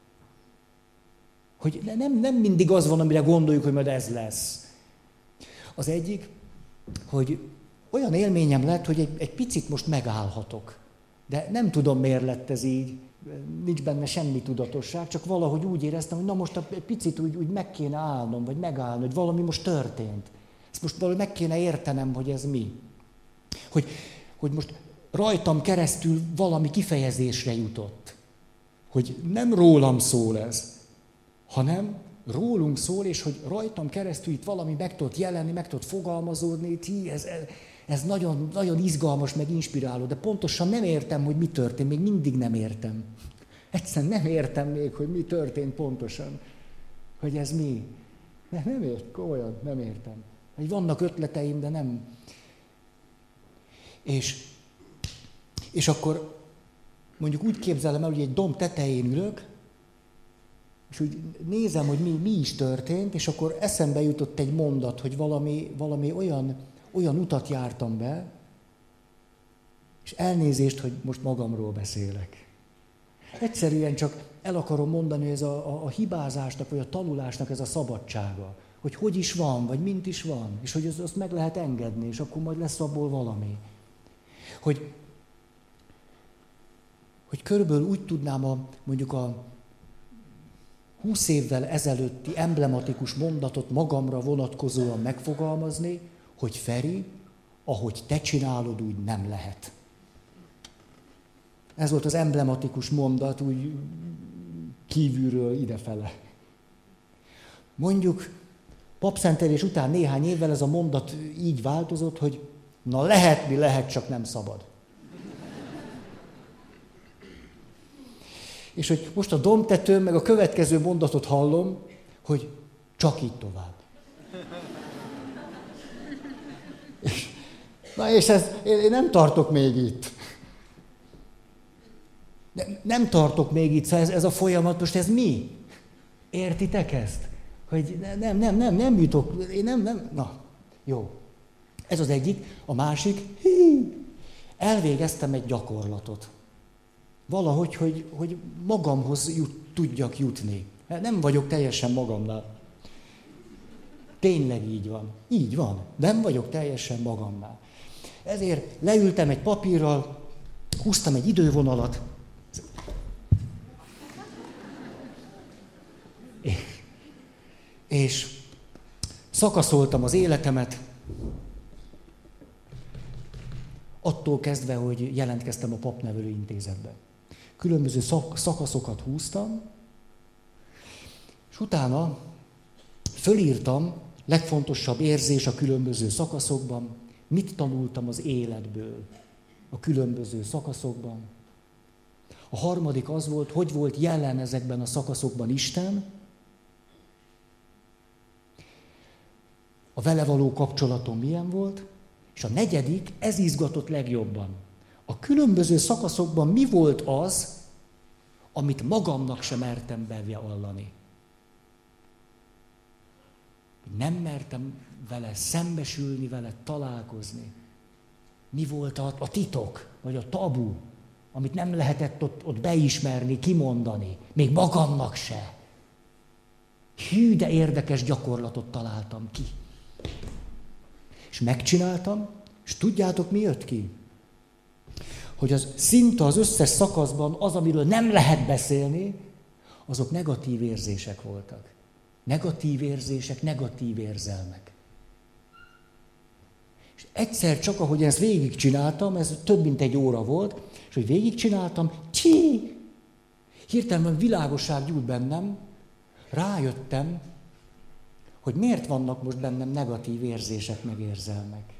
Hogy nem mindig az van, amire gondoljuk, hogy majd ez lesz. Az egyik, hogy olyan élményem lett, hogy egy picit most megállhatok. De nem tudom, miért lett ez így. Nincs benne semmi tudatosság, csak valahogy úgy éreztem, hogy na most egy picit úgy meg kéne állnom, vagy megállni, hogy valami most történt. Ezt most valahogy meg kéne értenem, hogy ez mi. Hogy most rajtam keresztül valami kifejezésre jutott. Hogy nem rólam szól ez, hanem rólunk szól, és hogy rajtam keresztül itt valami meg tudott jelenni, meg tudott fogalmazódni, ez nagyon, nagyon izgalmas, meg inspiráló, de pontosan nem értem, hogy mi történt, még mindig nem értem. Egyszerűen nem értem még, hogy mi történt pontosan, hogy ez mi. Nem értem, komolyan, nem értem. Hogy vannak ötleteim, de nem. És akkor mondjuk úgy képzelem el, hogy egy domb tetején ülök, és úgy nézem, hogy mi is történt, és akkor eszembe jutott egy mondat, hogy valami olyan utat jártam be, és elnézést, hogy most magamról beszélek. Egyszerűen csak el akarom mondani, hogy ez a hibázásnak, vagy a tanulásnak ez a szabadsága. Hogy is van, vagy mint is van, és hogy azt meg lehet engedni, és akkor majd lesz abból valami. Hogy körülbelül úgy tudnám mondjuk a 20 évvel ezelőtti emblematikus mondatot magamra vonatkozóan megfogalmazni, hogy Feri, ahogy te csinálod, úgy nem lehet. Ez volt az emblematikus mondat, úgy kívülről idefele. Mondjuk papszentelés után néhány évvel ez a mondat így változott, hogy na lehetni lehet, csak nem szabad. És hogy most a dombtetőn meg a következő mondatot hallom, hogy csak így tovább. Na és én nem tartok még itt. Nem tartok még itt, szóval ez a folyamat, most ez mi? Értitek ezt? Hogy nem jutok, én nem. Na, jó. Ez az egyik. A másik, elvégeztem egy gyakorlatot. Valahogy, hogy magamhoz tudjak jutni. Nem vagyok teljesen magamnál. Tényleg így van. Így van. Nem vagyok teljesen magamnál. Ezért leültem egy papírral, húztam egy idővonalat, és szakaszoltam az életemet, attól kezdve, hogy jelentkeztem a papnevelő intézetbe. Különböző szakaszokat húztam, és utána fölírtam, legfontosabb érzés a különböző szakaszokban, mit tanultam az életből a különböző szakaszokban. A harmadik az volt, hogy volt jelen ezekben a szakaszokban Isten, a vele való kapcsolatom milyen volt, és a negyedik, ez izgatott legjobban. A különböző szakaszokban mi volt az, amit magamnak sem mertem bevallani. Nem mertem vele szembesülni, vele találkozni. Mi volt a titok, vagy a tabu, amit nem lehetett ott beismerni, kimondani, még magamnak se. Hű, de érdekes gyakorlatot találtam ki. És megcsináltam, és tudjátok, mi jött ki? Hogy az szinte az összes szakaszban az, amiről nem lehet beszélni, azok negatív érzések voltak. Negatív érzések, negatív érzelmek. És egyszer csak, ahogy ezt végigcsináltam, ez több mint 1 óra volt, és hogy végigcsináltam, hirtelen világosság gyújt bennem, rájöttem, hogy miért vannak most bennem negatív érzések, meg érzelmek.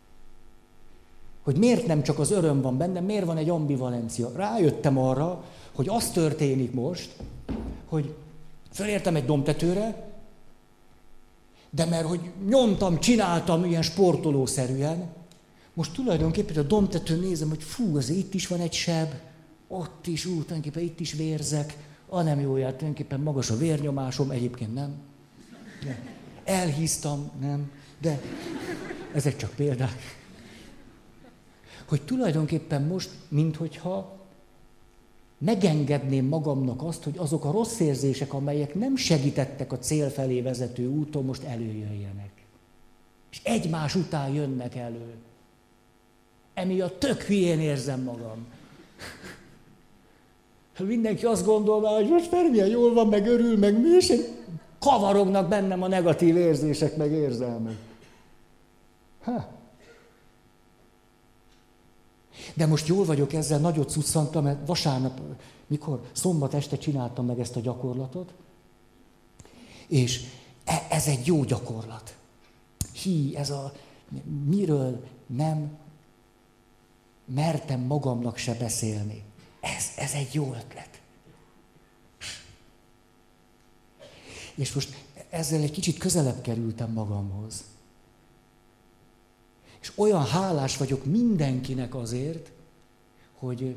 Hogy miért nem csak az öröm van bennem, miért van egy ambivalencia. Rájöttem arra, hogy az történik most, hogy felértem egy dombtetőre, de mert hogy nyomtam, csináltam ilyen sportolószerűen, most tulajdonképpen a dombtetőn nézem, hogy fú, azért itt is van egy seb, ott is, tulajdonképpen itt is vérzek, nem jó, tulajdonképpen magas a vérnyomásom, egyébként nem. De elhíztam, nem, de ezek csak példák. Hogy tulajdonképpen most, minthogyha megengedném magamnak azt, hogy azok a rossz érzések, amelyek nem segítettek a cél felé vezető úton, most előjöjjenek. És egymás után jönnek elő. Emiatt tök hülyén érzem magam. Mindenki azt gondolná, hogy most milyen jól van, meg örül, meg mi, és kavarognak bennem a negatív érzések, meg érzelmek. De most jól vagyok ezzel, nagyot szusszantam, mert vasárnap, szombat este csináltam meg ezt a gyakorlatot, és ez egy jó gyakorlat. Miről nem mertem magamnak se beszélni. Ez egy jó ötlet. És most ezzel egy kicsit közelebb kerültem magamhoz. És olyan hálás vagyok mindenkinek azért, hogy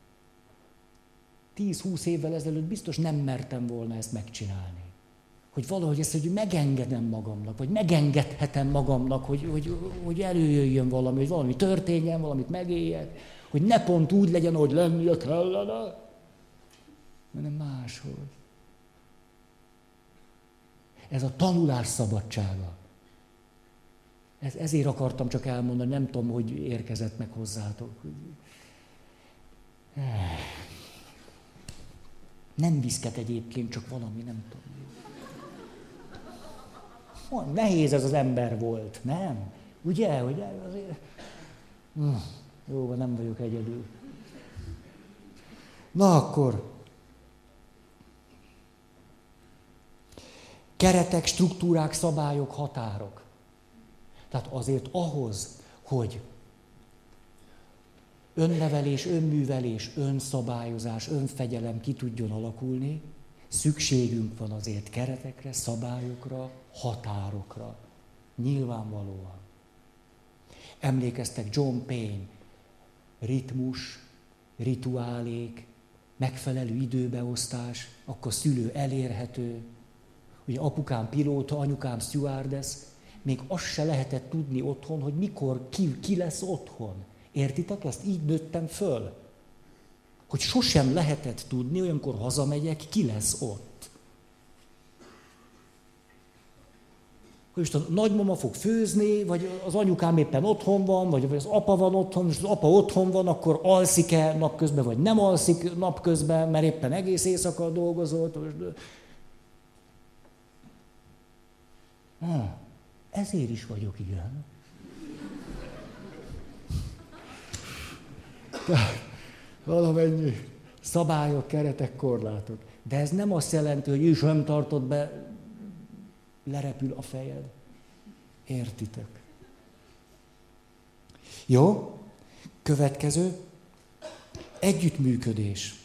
10-20 évvel ezelőtt biztos nem mertem volna ezt megcsinálni. Hogy valahogy ezt, hogy megengedem magamnak, vagy megengedhetem magamnak, hogy előjöjjön valami, hogy valami történjen, valamit megéljek, hogy ne pont úgy legyen, hogy lennie kellene, hanem máshogy. Ez a tanulás szabadsága. Ezért akartam csak elmondani, nem tudom, hogy érkezett meg hozzátok. Nem viszket egyébként, csak valami, nem tudom. Nehéz ez az ember volt, nem? Ugye? Hogy azért... Jó, nem vagyok egyedül. Na akkor. Keretek, struktúrák, szabályok, határok. Tehát azért ahhoz, hogy önnevelés, önművelés, önszabályozás, önfegyelem ki tudjon alakulni, szükségünk van azért keretekre, szabályokra, határokra. Nyilvánvalóan. Emlékeztek John Payne, ritmus, rituálék, megfelelő időbeosztás, akkor szülő elérhető. Ugye apukám pilóta, anyukám stewardess, még azt se lehetett tudni otthon, hogy mikor ki lesz otthon. Értitek ezt? Így nőttem föl. Hogy sosem lehetett tudni, olyankor hazamegyek, ki lesz ott. Hogy most a nagymama fog főzni, vagy az anyukám éppen otthon van, vagy az apa van otthon, és az apa otthon van, akkor alszik-e napközben, vagy nem alszik napközben, mert éppen egész éjszaka dolgozott. Ezért is vagyok ilyen. Valamennyi szabályok, keretek, korlátok. De ez nem azt jelenti, hogy is nem tartod be, lerepül a fejed. Értitek? Jó? Következő. Együttműködés.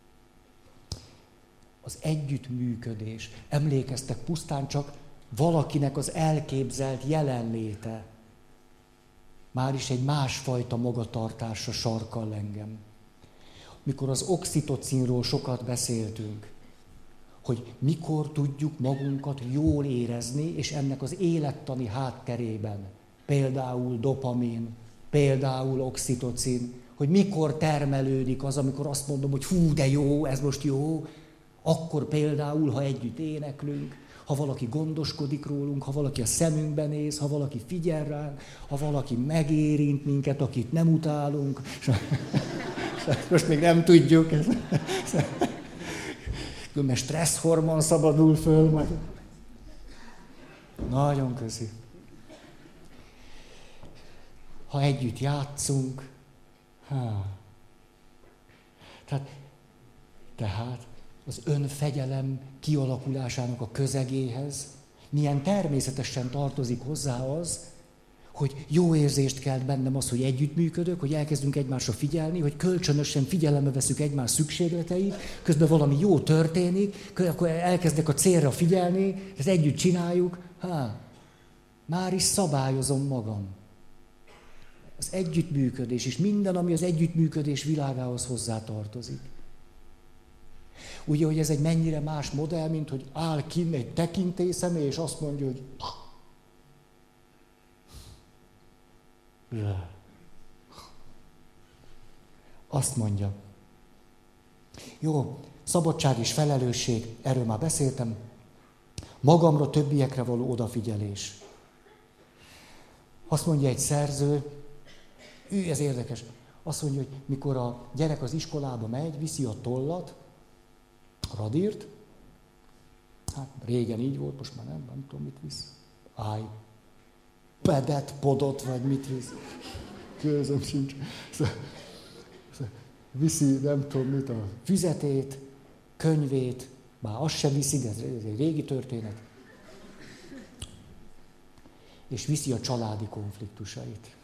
Az együttműködés. Emlékeztek, pusztán csak valakinek az elképzelt jelenléte már is egy másfajta magatartásra sarkal engem. Mikor az oxitocinról sokat beszéltünk, hogy mikor tudjuk magunkat jól érezni, és ennek az élettani hátterében, például dopamin, például oxitocin, hogy mikor termelődik az, amikor azt mondom, hogy hú, de jó, ez most jó, akkor például, ha együtt éneklünk, Ha valaki gondoskodik rólunk, ha valaki a szemünkben néz, ha valaki figyel ránk, ha valaki megérint minket, akit nem utálunk. Most még nem tudjuk. Mert stresszhormon szabadul föl majd. Nagyon köszi. Ha együtt játszunk. Tehát az önfegyelem kialakulásának a közegéhez milyen természetesen tartozik hozzá az, hogy jó érzést kelt bennem az, hogy együttműködök, hogy elkezdünk egymásra figyelni, hogy kölcsönösen figyelembe veszük egymás szükségleteit, közben valami jó történik, akkor elkezdek a célra figyelni, ezt együtt csináljuk, már is szabályozom magam. Az együttműködés, és minden, ami az együttműködés világához hozzátartozik. Ugye, hogy ez egy mennyire más modell, mint hogy áll kinn egy tekintélyszemély, és azt mondja, hogy azt mondja. Jó, szabadság és felelősség, erről már beszéltem. Magamra, többiekre való odafigyelés. Azt mondja egy szerző, ez érdekes, azt mondja, hogy mikor a gyerek az iskolába megy, viszi a tollat, a radírt, hát régen így volt, most már nem tudom, mit visz. Pedet, podot, vagy mit visz. Közöm sincs. Viszi, nem tudom mit, a füzetét, könyvét, már azt sem viszi, de ez egy régi történet. És viszi a családi konfliktusait.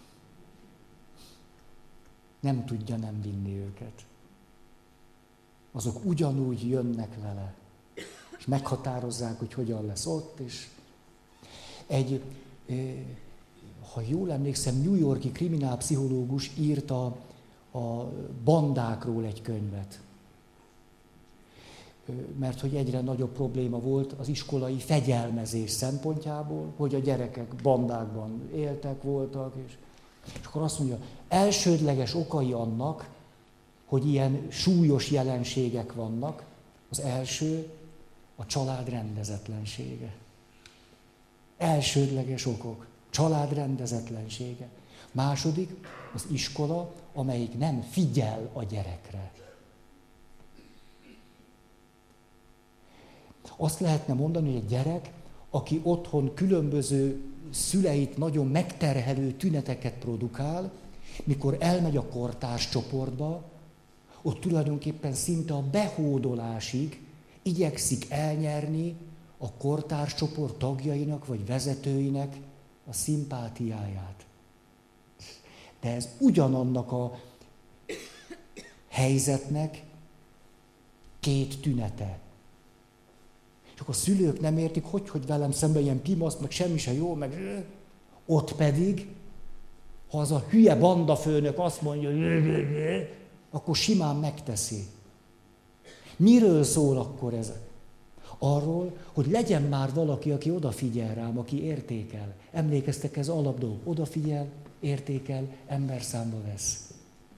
Nem tudja nem vinni őket. Azok ugyanúgy jönnek vele, és meghatározzák, hogy hogyan lesz ott, és ha jól emlékszem, New York-i kriminálpszichológus írta a bandákról egy könyvet. Mert hogy egyre nagyobb probléma volt az iskolai fegyelmezés szempontjából, hogy a gyerekek bandákban éltek, voltak, és akkor azt mondja, elsődleges okai annak, hogy ilyen súlyos jelenségek vannak, az első a család rendezetlensége. Elsődleges okok. Család rendezetlensége. Második, az iskola, amelyik nem figyel a gyerekre. Azt lehetne mondani, hogy egy gyerek, aki otthon különböző szüleit nagyon megterhelő tüneteket produkál, mikor elmegy a kortárs csoportba, ott tulajdonképpen szinte a behódolásig igyekszik elnyerni a kortárs csoport tagjainak vagy vezetőinek a szimpátiáját. De ez ugyanannak a helyzetnek két tünete. Csak a szülők nem értik, hogy velem szemben ilyen pimasz, meg semmi se jó, meg ott pedig, ha az a hülye bandafőnök azt mondja, akkor simán megteszi. Miről szól akkor ez? Arról, hogy legyen már valaki, aki odafigyel rám, aki értékel. Emlékeztek, ez alapdolog. Odafigyel, értékel, ember számba vesz.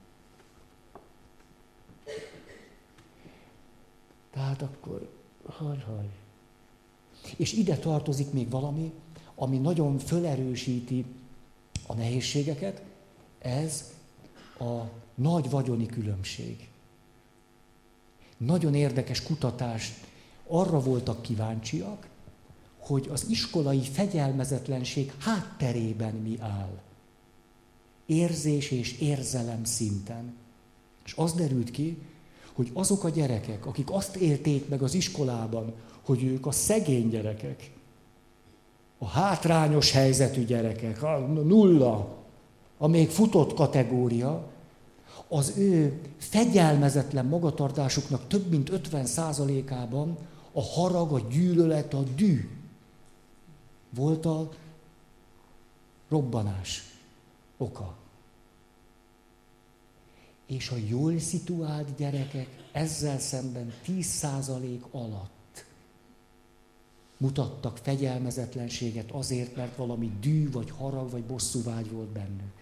Tehát akkor, haj. És ide tartozik még valami, ami nagyon fölerősíti a nehézségeket, ez a nagy vagyoni különbség. Nagyon érdekes kutatás. Arra voltak kíváncsiak, hogy az iskolai fegyelmezetlenség hátterében mi áll. Érzés és érzelem szinten. És az derült ki, hogy azok a gyerekek, akik azt élték meg az iskolában, hogy ők a szegény gyerekek, a hátrányos helyzetű gyerekek, a nulla, a még futott kategória, az ő fegyelmezetlen magatartásuknak több mint 50%-ában a harag, a gyűlölet, a dű volt a robbanás oka. És a jól szituált gyerekek ezzel szemben 10% alatt mutattak fegyelmezetlenséget azért, mert valami dű, vagy harag, vagy bosszúvágy volt bennük.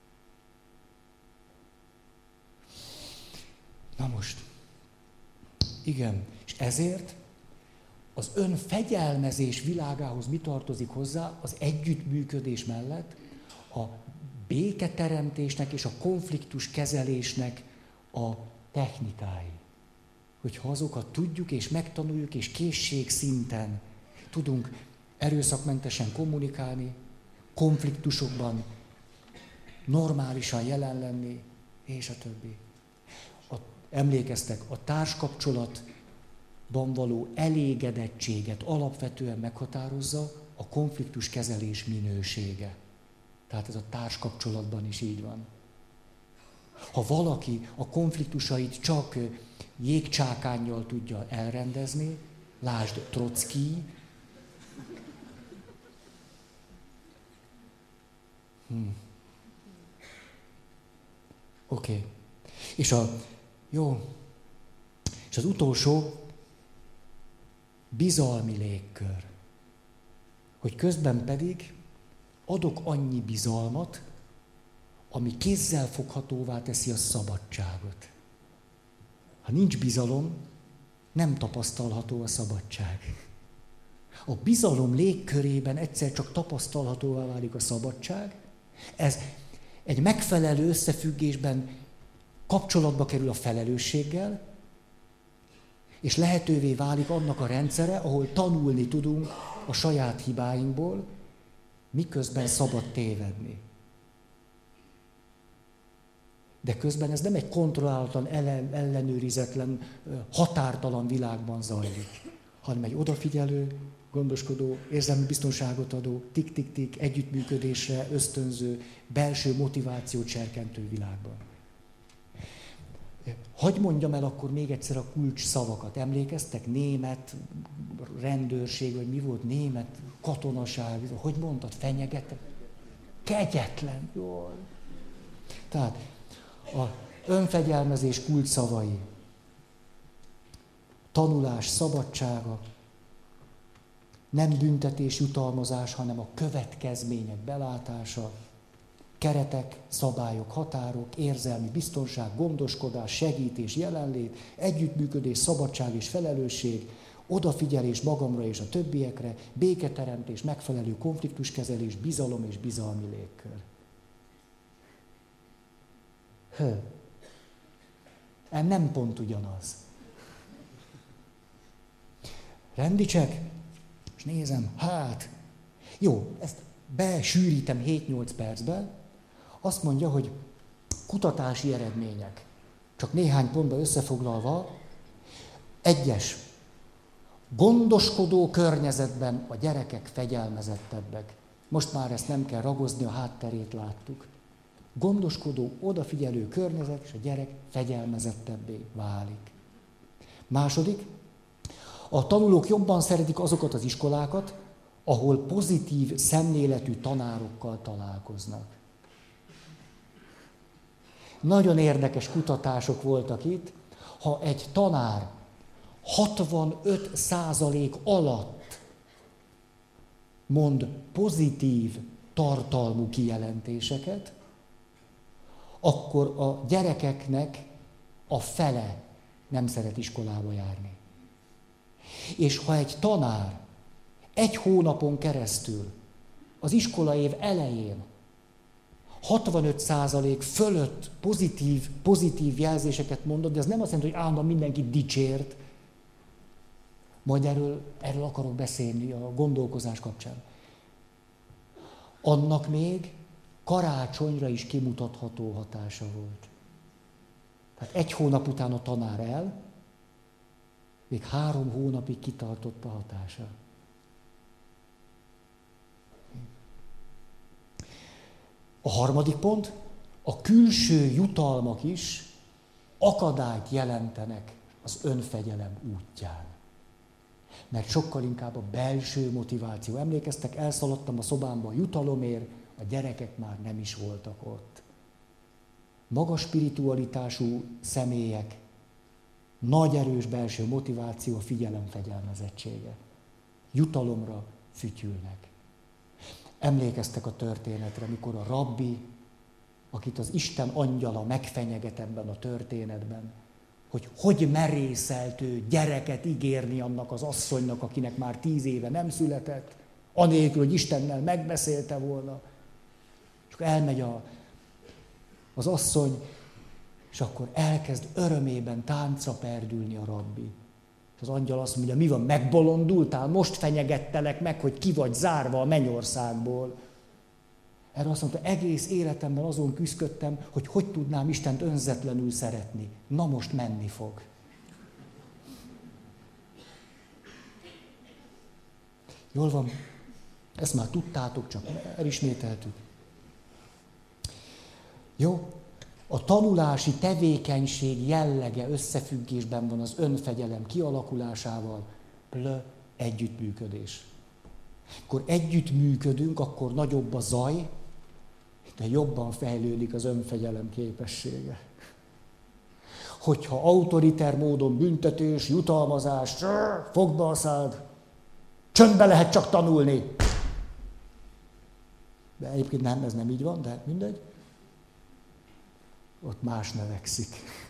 Na most, Igen. És ezért az önfegyelmezés világához mi tartozik hozzá az együttműködés mellett? A béketeremtésnek és a konfliktus kezelésnek a technikái. Hogyha azokat tudjuk és megtanuljuk, és készségszinten tudunk erőszakmentesen kommunikálni, konfliktusokban normálisan jelen lenni, és a többi. Emlékeztek, a társkapcsolatban való elégedettséget alapvetően meghatározza a konfliktus kezelés minősége. Tehát ez a társkapcsolatban is így van. Ha valaki a konfliktusait csak jégcsákánnyal tudja elrendezni, lásd Trotzki, Oké. És az utolsó bizalmi légkör. Hogy közben pedig adok annyi bizalmat, ami kézzelfoghatóvá teszi a szabadságot. Ha nincs bizalom, nem tapasztalható a szabadság. A bizalom légkörében egyszer csak tapasztalhatóvá válik a szabadság. Ez egy megfelelő összefüggésben kapcsolatba kerül a felelősséggel, és lehetővé válik annak a rendszere, ahol tanulni tudunk a saját hibáinkból, miközben szabad tévedni. De közben ez nem egy kontrollálatlan, ellenőrizetlen, határtalan világban zajlik, hanem egy odafigyelő, gondoskodó, érzelmi biztonságot adó, tik-tik-tik, együttműködésre ösztönző, belső motivációt serkentő világban. Hadd mondjam el akkor még egyszer a kulcs szavakat. Emlékeztek? Német rendőrség, vagy mi volt? Német katonaság, hogy mondtad? Fenyegetett? Kegyetlen. Jól. Tehát a önfegyelmezés kulcs szavai. Tanulás szabadsága, nem büntetés, jutalmazás, hanem a következmények belátása, keretek, szabályok, határok, érzelmi biztonság, gondoskodás, segítés, jelenlét, együttműködés, szabadság és felelősség, odafigyelés magamra és a többiekre, béketeremtés, megfelelő konfliktuskezelés, bizalom és bizalmi légkör. Nem pont ugyanaz. Rendicsek? És nézem, jó, ezt besűrítem 7-8 percbe. Azt mondja, hogy kutatási eredmények. Csak néhány pontba összefoglalva. 1. Gondoskodó környezetben a gyerekek fegyelmezettebbek. Most már ezt nem kell ragozni, a hátterét láttuk. Gondoskodó, odafigyelő környezet, és a gyerek fegyelmezettebbé válik. 2. A tanulók jobban szeretik azokat az iskolákat, ahol pozitív szemléletű tanárokkal találkoznak. Nagyon érdekes kutatások voltak itt. Ha egy tanár 65% alatt mond pozitív tartalmú kijelentéseket, akkor a gyerekeknek a fele nem szeret iskolába járni. És ha egy tanár 1 hónapon keresztül az iskolaév elején 65% fölött pozitív jelzéseket mondott, de ez nem azt jelenti, hogy állandóan mindenkit dicsért, majd erről akarok beszélni a gondolkozás kapcsán. Annak még karácsonyra is kimutatható hatása volt. Tehát 1 hónap után a tanár még 3 hónapig kitartott a hatása. A 3. pont, a külső jutalmak is akadályt jelentenek az önfegyelem útján. Mert sokkal inkább a belső motiváció. Emlékeztek, elszaladtam a szobámba a jutalomért, a gyerekek már nem is voltak ott. Magas spiritualitású személyek, nagy erős belső motiváció, a figyelemfegyelmezettsége. Jutalomra fütyülnek. Emlékeztek a történetre, mikor a rabbi, akit az Isten angyala megfenyeget ebben a történetben, hogy merészelt ő gyereket ígérni annak az asszonynak, akinek már 10 éve nem született, anélkül, hogy Istennel megbeszélte volna. És akkor elmegy az asszony, és akkor elkezd örömében táncra perdülni a rabbi. És az angyal azt mondja, mi van, megbolondultál? Most fenyegettelek meg, hogy ki vagy zárva a mennyországból. Erre azt mondta, egész életemben azon küzdöttem, hogy tudnám Istent önzetlenül szeretni. Na most menni fog. Jól van, ezt már tudtátok, csak elismételtük. Jó, a tanulási tevékenység jellege összefüggésben van az önfegyelem kialakulásával, együttműködés. Akkor együttműködünk, akkor nagyobb a zaj, de jobban fejlődik az önfegyelem képessége. Hogyha autoriter módon büntetés, jutalmazás, fogd be a szád, csöndbe lehet csak tanulni. De egyébként nem, ez nem így van, de mindegy. Ott más növekszik.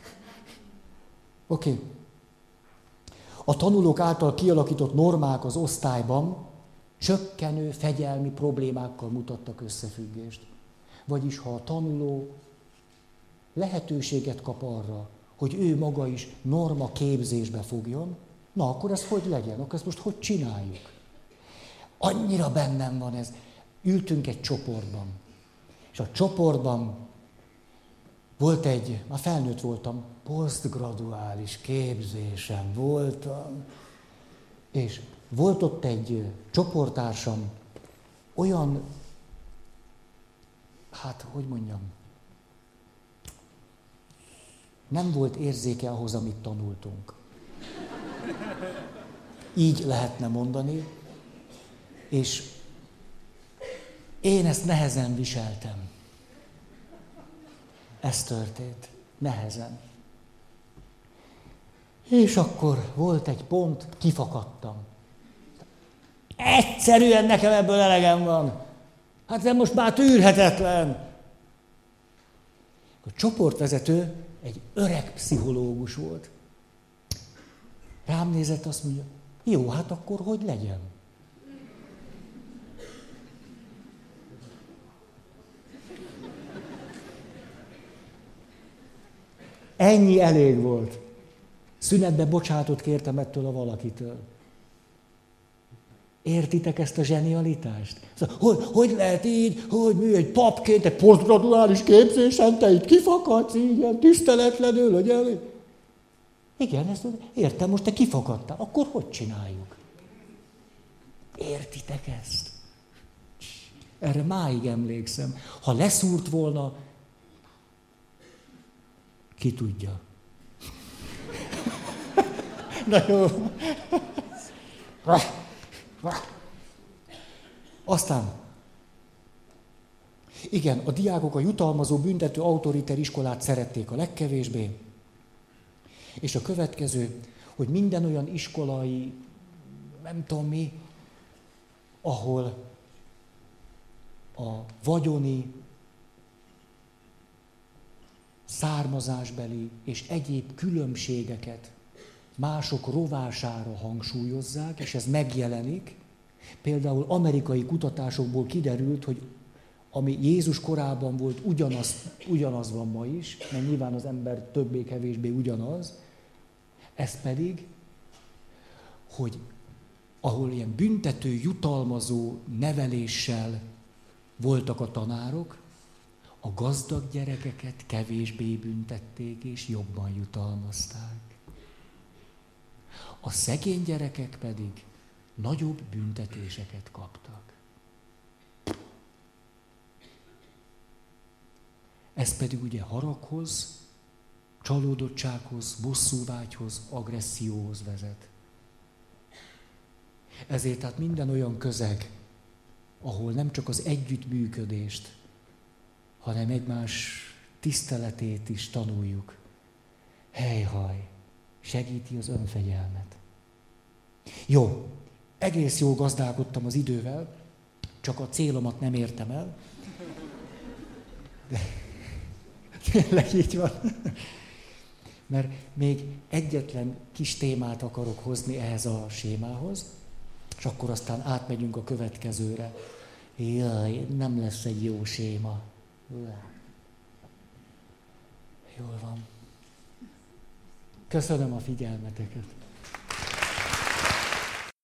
Oké. A tanulók által kialakított normák az osztályban csökkenő fegyelmi problémákkal mutattak összefüggést. Vagyis ha a tanuló lehetőséget kap arra, hogy ő maga is norma képzésbe fogjon, na akkor ez hogy legyen? Akkor ezt most hogy csináljuk? Annyira bennem van ez. Ültünk egy csoportban. És a csoportban volt már felnőtt voltam, posztgraduális képzésen voltam, és volt ott egy csoporttársam, olyan, nem volt érzéke ahhoz, amit tanultunk. Így lehetne mondani, és én ezt nehezen viseltem. Ez történt. Nehezen. És akkor volt egy pont, kifakadtam. Egyszerűen nekem ebből elegem van. Hát ez most már tűrhetetlen. A csoportvezető egy öreg pszichológus volt. Rám nézett, azt mondja, jó, hát akkor hogy legyen? Ennyi elég volt. Szünetben bocsánatot kértem ettől a valakitől. Értitek ezt a zsenialitást? Hogy lehet így, hogy mi egy papként, egy posztgraduális képzésen, te itt kifakadsz így, ilyen tiszteletlenül, hogy elég? Igen, ezt értem, most te kifakadtál. Akkor hogy csináljuk? Értitek ezt? Erre máig emlékszem. Ha leszúrt volna, ki tudja. Na jó. Aztán, igen, a diákok a jutalmazó, büntető, autoriter iskolát szerették a legkevésbé, és a következő, hogy minden olyan iskolai, nem tudom mi, ahol a vagyoni, származásbeli és egyéb különbségeket mások rovására hangsúlyozzák, és ez megjelenik. Például amerikai kutatásokból kiderült, hogy ami Jézus korában volt, ugyanaz van ma is, mert nyilván az ember többé-kevésbé ugyanaz. Ez pedig, hogy ahol ilyen büntető, jutalmazó neveléssel voltak a tanárok, a gazdag gyerekeket kevésbé büntették és jobban jutalmazták. A szegény gyerekek pedig nagyobb büntetéseket kaptak. Ez pedig ugye haraghoz, csalódottsághoz, bosszúvágyhoz, agresszióhoz vezet. Ezért tehát minden olyan közeg, ahol nem csak az együttműködést, hanem egymás tiszteletét is tanuljuk. Helyhaj, segíti az önfegyelmet. Jó, egész jól gazdálkodtam az idővel, csak a célomat nem értem el. De tényleg így van. Mert még egyetlen kis témát akarok hozni ehhez a sémához, és akkor aztán átmegyünk a következőre. Jaj, nem lesz egy jó séma. Jól van. Köszönöm a figyelmeteket.